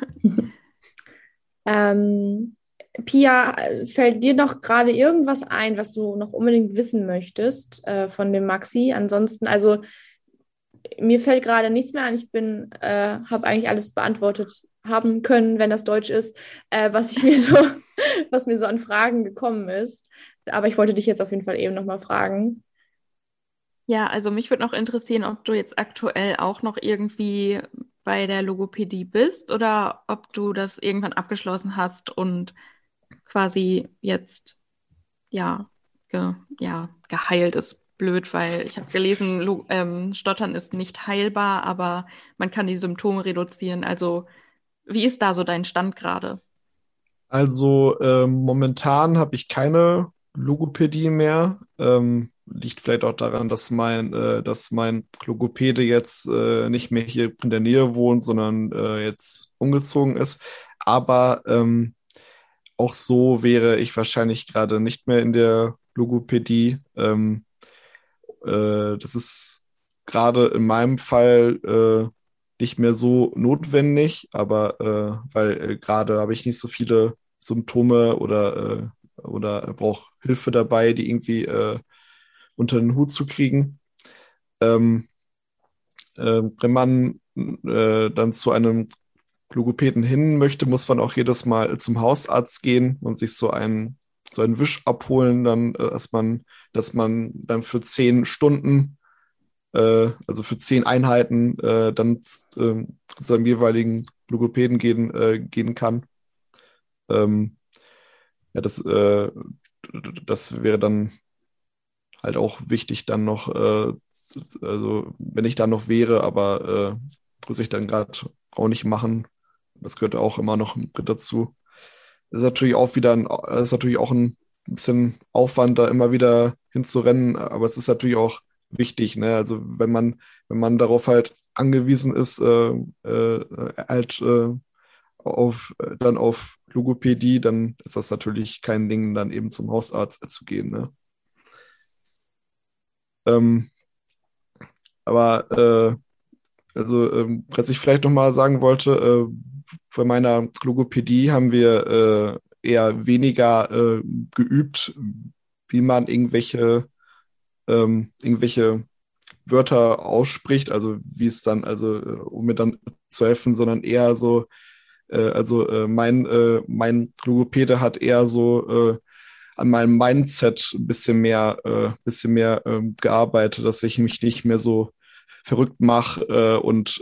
Pia, fällt dir noch gerade irgendwas ein, was du noch unbedingt wissen möchtest von dem Maxi? Ansonsten, also mir fällt gerade nichts mehr an. Ich habe eigentlich alles beantwortet haben können, wenn das Deutsch ist, was mir so an Fragen gekommen ist. Aber ich wollte dich jetzt auf jeden Fall eben nochmal fragen. Ja, also mich würde noch interessieren, ob du jetzt aktuell auch noch irgendwie bei der Logopädie bist oder ob du das irgendwann abgeschlossen hast und quasi jetzt geheilt ist blöd, weil ich habe gelesen, Stottern ist nicht heilbar, aber man kann die Symptome reduzieren. Also wie ist da so dein Stand gerade? Also momentan habe ich keine Logopädie mehr. Liegt vielleicht auch daran, dass mein Logopäde jetzt nicht mehr hier in der Nähe wohnt, sondern jetzt umgezogen ist. Aber auch so wäre ich wahrscheinlich gerade nicht mehr in der Logopädie. Das ist gerade in meinem Fall nicht mehr so notwendig, aber weil gerade habe ich nicht so viele Symptome oder brauche Hilfe dabei, die irgendwie unter den Hut zu kriegen. Ähm, wenn man dann zu einem Logopäden hin möchte, muss man auch jedes Mal zum Hausarzt gehen und sich so einen Wisch abholen, dann, dass man dann für 10 Stunden, also für 10 Einheiten, dann zu seinem jeweiligen Logopäden gehen kann. Ähm, ja, das wäre dann halt auch wichtig, dann noch, also wenn ich da noch wäre, aber muss ich dann gerade auch nicht machen. Das gehört auch immer noch mit dazu. Das ist natürlich das ist natürlich auch ein bisschen Aufwand, da immer wieder hinzurennen, aber es ist natürlich auch wichtig, ne? Also wenn man darauf halt angewiesen ist, halt dann auf Logopädie, dann ist das natürlich kein Ding, dann eben zum Hausarzt zu gehen, ne? Ähm, aber was ich vielleicht noch mal sagen wollte, bei meiner Logopädie haben wir eher weniger geübt, wie man irgendwelche Wörter ausspricht, also wie es dann, also um mir dann zu helfen, sondern eher so, mein Logopäde hat eher so an meinem Mindset ein bisschen mehr gearbeitet, dass ich mich nicht mehr so verrückt mache und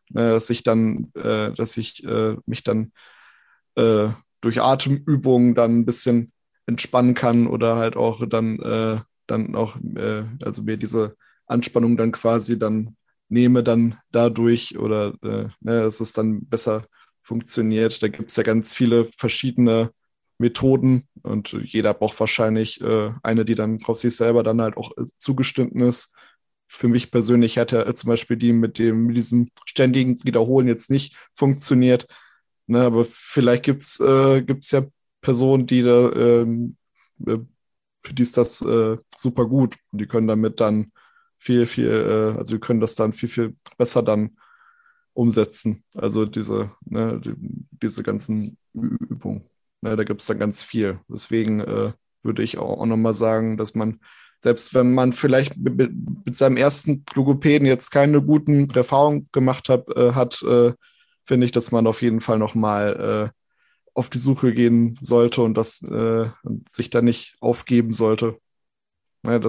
dass ich mich dann durch Atemübungen dann ein bisschen entspannen kann oder halt auch dann auch, also mir diese Anspannung dann quasi dann nehme dann dadurch oder dass es dann besser funktioniert. Da gibt es ja ganz viele verschiedene Methoden und jeder braucht wahrscheinlich eine, die dann auf sich selber dann halt auch zugeschnitten ist. Für mich persönlich hat ja zum Beispiel die mit diesem ständigen Wiederholen jetzt nicht funktioniert. Ne, aber vielleicht gibt's ja Personen, äh, für die ist das super gut und die können damit dann also die können das dann viel besser dann umsetzen. Also diese ganzen Übungen. Ne, da gibt es dann ganz viel. Deswegen würde ich auch nochmal sagen, dass man, selbst wenn man vielleicht mit seinem ersten Logopäden jetzt keine guten Erfahrungen gemacht hat, finde ich, dass man auf jeden Fall nochmal auf die Suche gehen sollte und sich da nicht aufgeben sollte. Ne,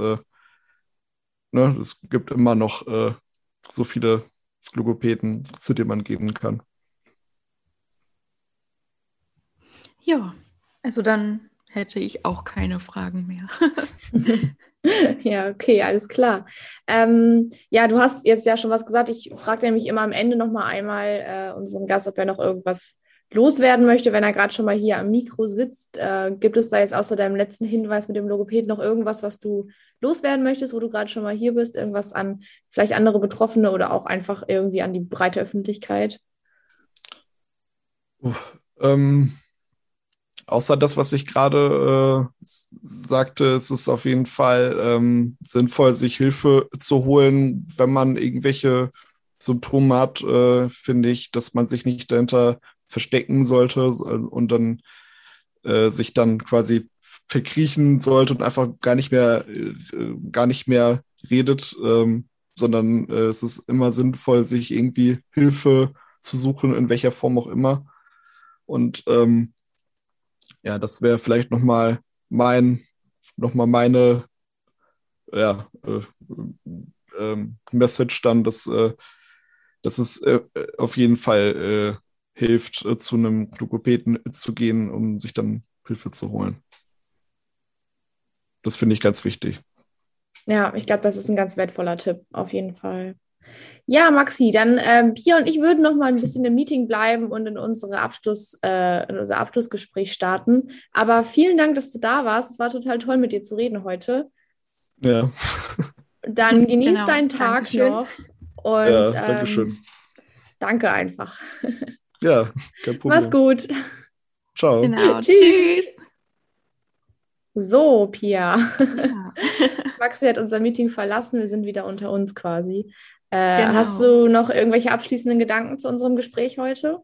es gibt immer noch so viele Logopäden, zu denen man gehen kann. Ja, also dann hätte ich auch keine Fragen mehr. Ja, okay, alles klar. Ja, du hast jetzt ja schon was gesagt. Ich frage nämlich immer am Ende nochmal einmal unseren Gast, ob er noch irgendwas loswerden möchte, wenn er gerade schon mal hier am Mikro sitzt. Gibt es da jetzt außer deinem letzten Hinweis mit dem Logopäden noch irgendwas, was du loswerden möchtest, wo du gerade schon mal hier bist? Irgendwas an vielleicht andere Betroffene oder auch einfach irgendwie an die breite Öffentlichkeit? Uff, außer das, was ich gerade sagte, ist es auf jeden Fall sinnvoll, sich Hilfe zu holen, wenn man irgendwelche Symptome hat, finde ich, dass man sich nicht dahinter verstecken sollte und dann sich dann quasi verkriechen sollte und einfach gar nicht mehr redet, sondern es ist immer sinnvoll, sich irgendwie Hilfe zu suchen, in welcher Form auch immer. Und ja, das wäre vielleicht noch mal meine ja, Message dann, dass es auf jeden Fall hilft, zu einem Logopäden zu gehen, um sich dann Hilfe zu holen. Das finde ich ganz wichtig. Ja, ich glaube, das ist ein ganz wertvoller Tipp, auf jeden Fall. Ja, Maxi, dann Pia und ich würden noch mal ein bisschen im Meeting bleiben und in unser Abschlussgespräch starten. Aber vielen Dank, dass du da warst. Es war total toll, mit dir zu reden heute. Ja, Dann genieß Genau, deinen Tag Dankeschön. noch und ja, danke schön. danke einfach. Ja, kein Mach's Problem. gut. Ciao. Genau, Tschüss. tschüss. So, Pia. Ja. Maxi hat unser Meeting verlassen. Wir sind wieder unter uns quasi. Genau. Hast du noch irgendwelche abschließenden Gedanken zu unserem Gespräch heute?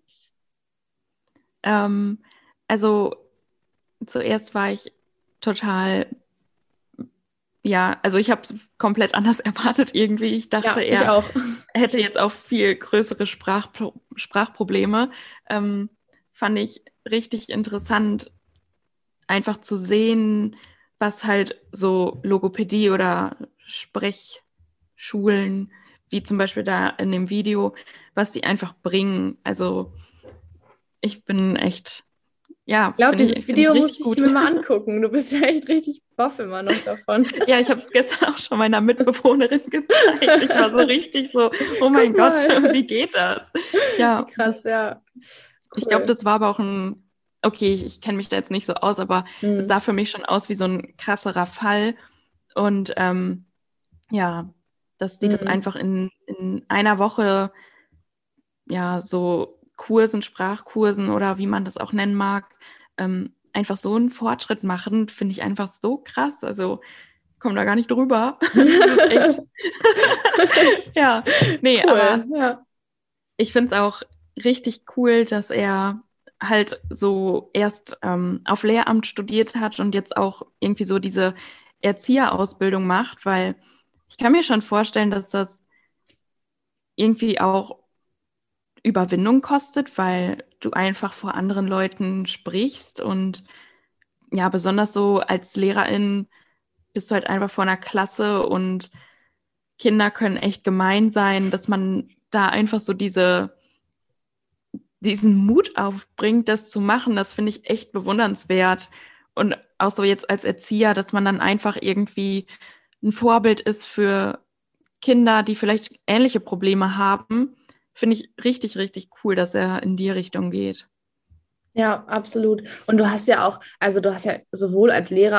Also zuerst war ich total, ja, also ich habe es komplett anders erwartet irgendwie. Ich dachte, Ja, ich er auch. hätte jetzt auch viel größere Sprachprobleme. Fand ich richtig interessant, einfach zu sehen, was halt so Logopädie oder Sprechschulen, wie zum Beispiel da in dem Video, was die einfach bringen. Also ich bin echt, ja, Ich glaube, dieses find ich Video muss richtig ich gut. mir mal angucken. Du bist ja echt richtig baff immer noch davon. Ja, ich habe es gestern auch schon meiner Mitbewohnerin gezeigt. Ich war so richtig so, oh mein Guck mal. Gott, wie geht das? Ja, Krass, ja. ich glaube, Cool. das war aber auch okay, ich kenne mich da jetzt nicht so aus, aber es sah für mich schon aus wie so ein krasserer Fall. Und ja, dass die das einfach in einer Woche, ja, so Sprachkursen oder wie man das auch nennen mag, einfach so einen Fortschritt machen, finde ich einfach so krass. Also komme da gar nicht drüber. Das ist echt. Ja, nee, Cool, aber ja. ich finde es auch richtig cool, dass er halt so erst auf Lehramt studiert hat und jetzt auch irgendwie so diese Erzieherausbildung macht, weil ich kann mir schon vorstellen, dass das irgendwie auch Überwindung kostet, weil du einfach vor anderen Leuten sprichst und ja, besonders so als Lehrerin bist du halt einfach vor einer Klasse und Kinder können echt gemein sein, dass man da einfach so diesen Mut aufbringt, das zu machen, das finde ich echt bewundernswert. Und auch so jetzt als Erzieher, dass man dann einfach irgendwie ein Vorbild ist für Kinder, die vielleicht ähnliche Probleme haben, finde ich richtig, richtig cool, dass er in die Richtung geht. Ja, absolut. Und du hast ja auch, also du hast ja sowohl als Lehrer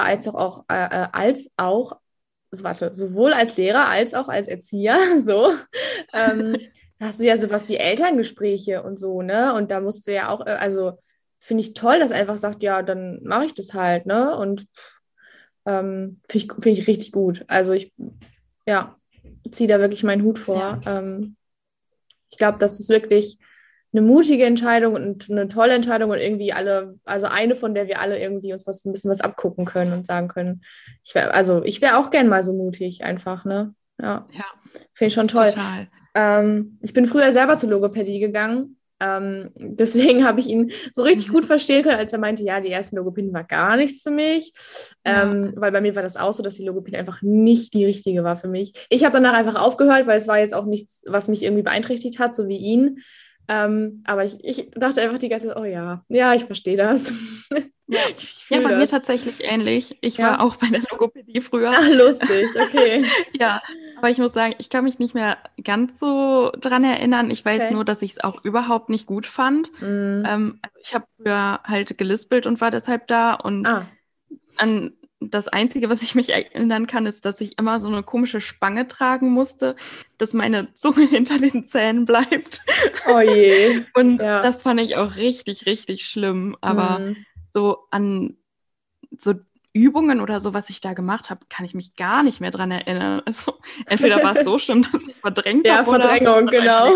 sowohl als Lehrer als auch als Erzieher, so, da hast du ja sowas wie Elterngespräche und so, ne? Und da musst du ja auch, also finde ich toll, dass er einfach sagt, ja, dann mache ich das halt, ne? Und find ich richtig gut. Also ja, ziehe da wirklich meinen Hut vor. Ja. Ich glaube, das ist wirklich eine mutige Entscheidung und eine tolle Entscheidung und irgendwie also eine, von der wir alle irgendwie uns ein bisschen was abgucken können und sagen können, ich wäre auch gern mal so mutig einfach, ne? Ja, Ja, finde ich schon toll. total. Ich bin früher selber zur Logopädie gegangen. Deswegen habe ich ihn so richtig gut verstehen können, als er meinte, ja, die erste Logopädie war gar nichts für mich. Ja. Weil bei mir war das auch so, dass die Logopädie einfach nicht die richtige war für mich. Ich habe danach einfach aufgehört, weil es war jetzt auch nichts, was mich irgendwie beeinträchtigt hat, so wie ihn. Aber ich dachte einfach die ganze Zeit, oh ja, ich verstehe das. Ja, Ich ja, fühle bei mir das. tatsächlich ähnlich. Ich Ja. war auch bei der Logopädie früher. Ach, lustig, okay. Ja, aber ich muss sagen, ich kann mich nicht mehr ganz so dran erinnern. Ich weiß Okay. nur, dass ich es auch überhaupt nicht gut fand. Mm. Also ich habe früher halt gelispelt und war deshalb da. Und an das Einzige, was ich mich erinnern kann, ist, dass ich immer so eine komische Spange tragen musste, dass meine Zunge hinter den Zähnen bleibt. Oh je. Und Ja. das fand ich auch richtig, richtig schlimm. Aber so an so Übungen oder so, was ich da gemacht habe, kann ich mich gar nicht mehr dran erinnern. Also entweder war es so schlimm, dass ich es verdrängt habe. Ja, Verdrängung, genau.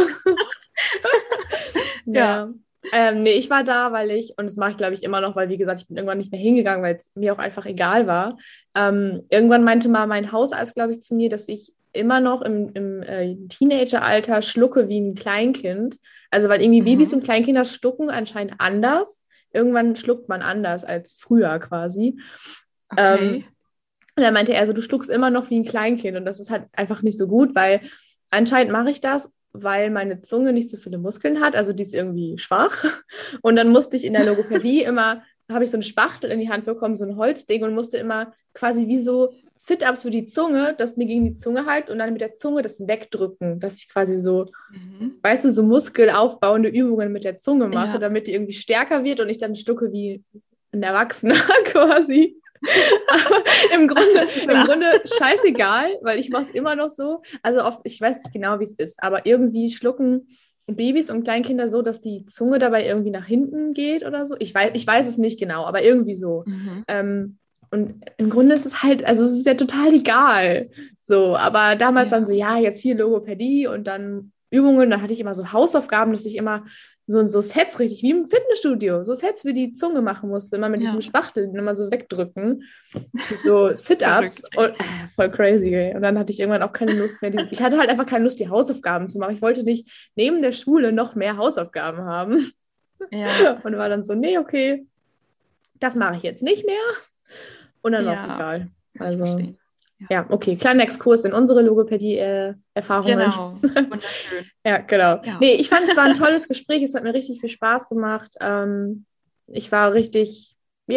Ja. Nee, ich war da, und das mache ich, glaube ich, immer noch, weil, wie gesagt, ich bin irgendwann nicht mehr hingegangen, weil es mir auch einfach egal war. Irgendwann meinte mal mein Hausarzt, glaube ich, zu mir, dass ich immer noch im Teenageralter schlucke wie ein Kleinkind. Also, weil irgendwie Babys und Kleinkinder schlucken anscheinend anders. Irgendwann schluckt man anders als früher quasi. Okay. Und dann meinte er, also du schluckst immer noch wie ein Kleinkind und das ist halt einfach nicht so gut, weil anscheinend mache ich das, weil meine Zunge nicht so viele Muskeln hat, also die ist irgendwie schwach. Und dann musste ich in der Logopädie habe ich so eine Spachtel in die Hand bekommen, so ein Holzding und musste immer quasi wie so Sit-Ups für die Zunge, das mir gegen die Zunge halt und dann mit der Zunge das wegdrücken, dass ich quasi so, weißt du, so muskelaufbauende Übungen mit der Zunge mache, damit die irgendwie stärker wird und ich dann stucke wie ein Erwachsener quasi. Aber im Grunde scheißegal, weil ich mache es immer noch so. Also oft, ich weiß nicht genau, wie es ist, aber irgendwie schlucken Babys und Kleinkinder so, dass die Zunge dabei irgendwie nach hinten geht oder so. Ich weiß es nicht genau, aber irgendwie so. Und im Grunde ist es halt, also es ist ja total egal. So, aber damals dann so, ja, jetzt hier Logopädie und dann Übungen, dann hatte ich immer so Hausaufgaben, dass ich immer so Sets richtig, wie im Fitnessstudio, so Sets wie die Zunge machen musste, immer mit diesem Spachtel immer so wegdrücken. So Sit-Ups. Und, voll crazy, ey. Und dann hatte ich irgendwann auch keine Lust mehr. Ich hatte halt einfach keine Lust, die Hausaufgaben zu machen. Ich wollte nicht neben der Schule noch mehr Hausaufgaben haben. Ja. Und war dann so, nee, okay, das mache ich jetzt nicht mehr. Und dann war es egal. Also, ja, okay, kleiner Exkurs in unsere Logopädie-Erfahrungen. Genau, wunderschön. Ja, genau. Ja. Nee, ich fand, es war ein tolles Gespräch, es hat mir richtig viel Spaß gemacht. Ich war richtig,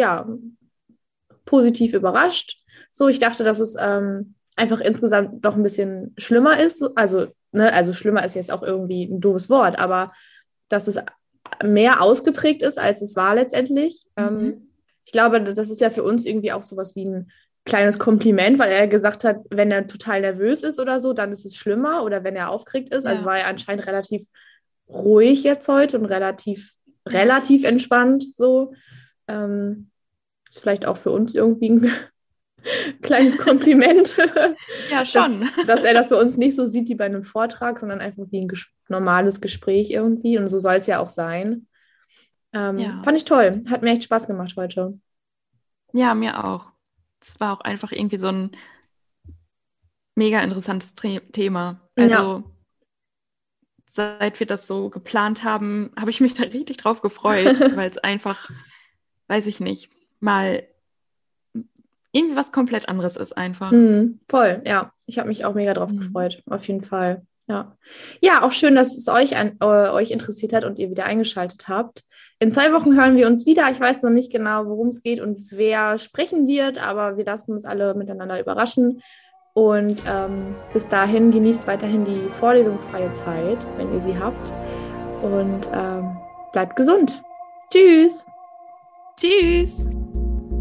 positiv überrascht. So, ich dachte, dass es einfach insgesamt noch ein bisschen schlimmer ist. Also schlimmer ist jetzt auch irgendwie ein doofes Wort, aber dass es mehr ausgeprägt ist, als es war letztendlich. Ich glaube, das ist ja für uns irgendwie auch sowas wie ein kleines Kompliment, weil er gesagt hat, wenn er total nervös ist oder so, dann ist es schlimmer oder wenn er aufgeregt ist. Also war er anscheinend relativ ruhig jetzt heute und relativ entspannt so. Ist vielleicht auch für uns irgendwie ein kleines Kompliment. Ja, schon. Dass er das bei uns nicht so sieht wie bei einem Vortrag, sondern einfach wie ein normales Gespräch irgendwie. Und so soll es ja auch sein. Fand ich toll. Hat mir echt Spaß gemacht heute. Ja, mir auch. Es war auch einfach irgendwie so ein mega interessantes Thema. Also seit wir das so geplant haben, habe ich mich da richtig drauf gefreut, weil es einfach, weiß ich nicht, mal irgendwie was komplett anderes ist einfach. Voll, ja. Ich habe mich auch mega drauf gefreut, auf jeden Fall. Ja, auch schön, dass es euch interessiert hat und ihr wieder eingeschaltet habt. In 2 Wochen hören wir uns wieder. Ich weiß noch nicht genau, worum es geht und wer sprechen wird, aber wir lassen uns alle miteinander überraschen. Und bis dahin genießt weiterhin die vorlesungsfreie Zeit, wenn ihr sie habt. Und bleibt gesund. Tschüss. Tschüss.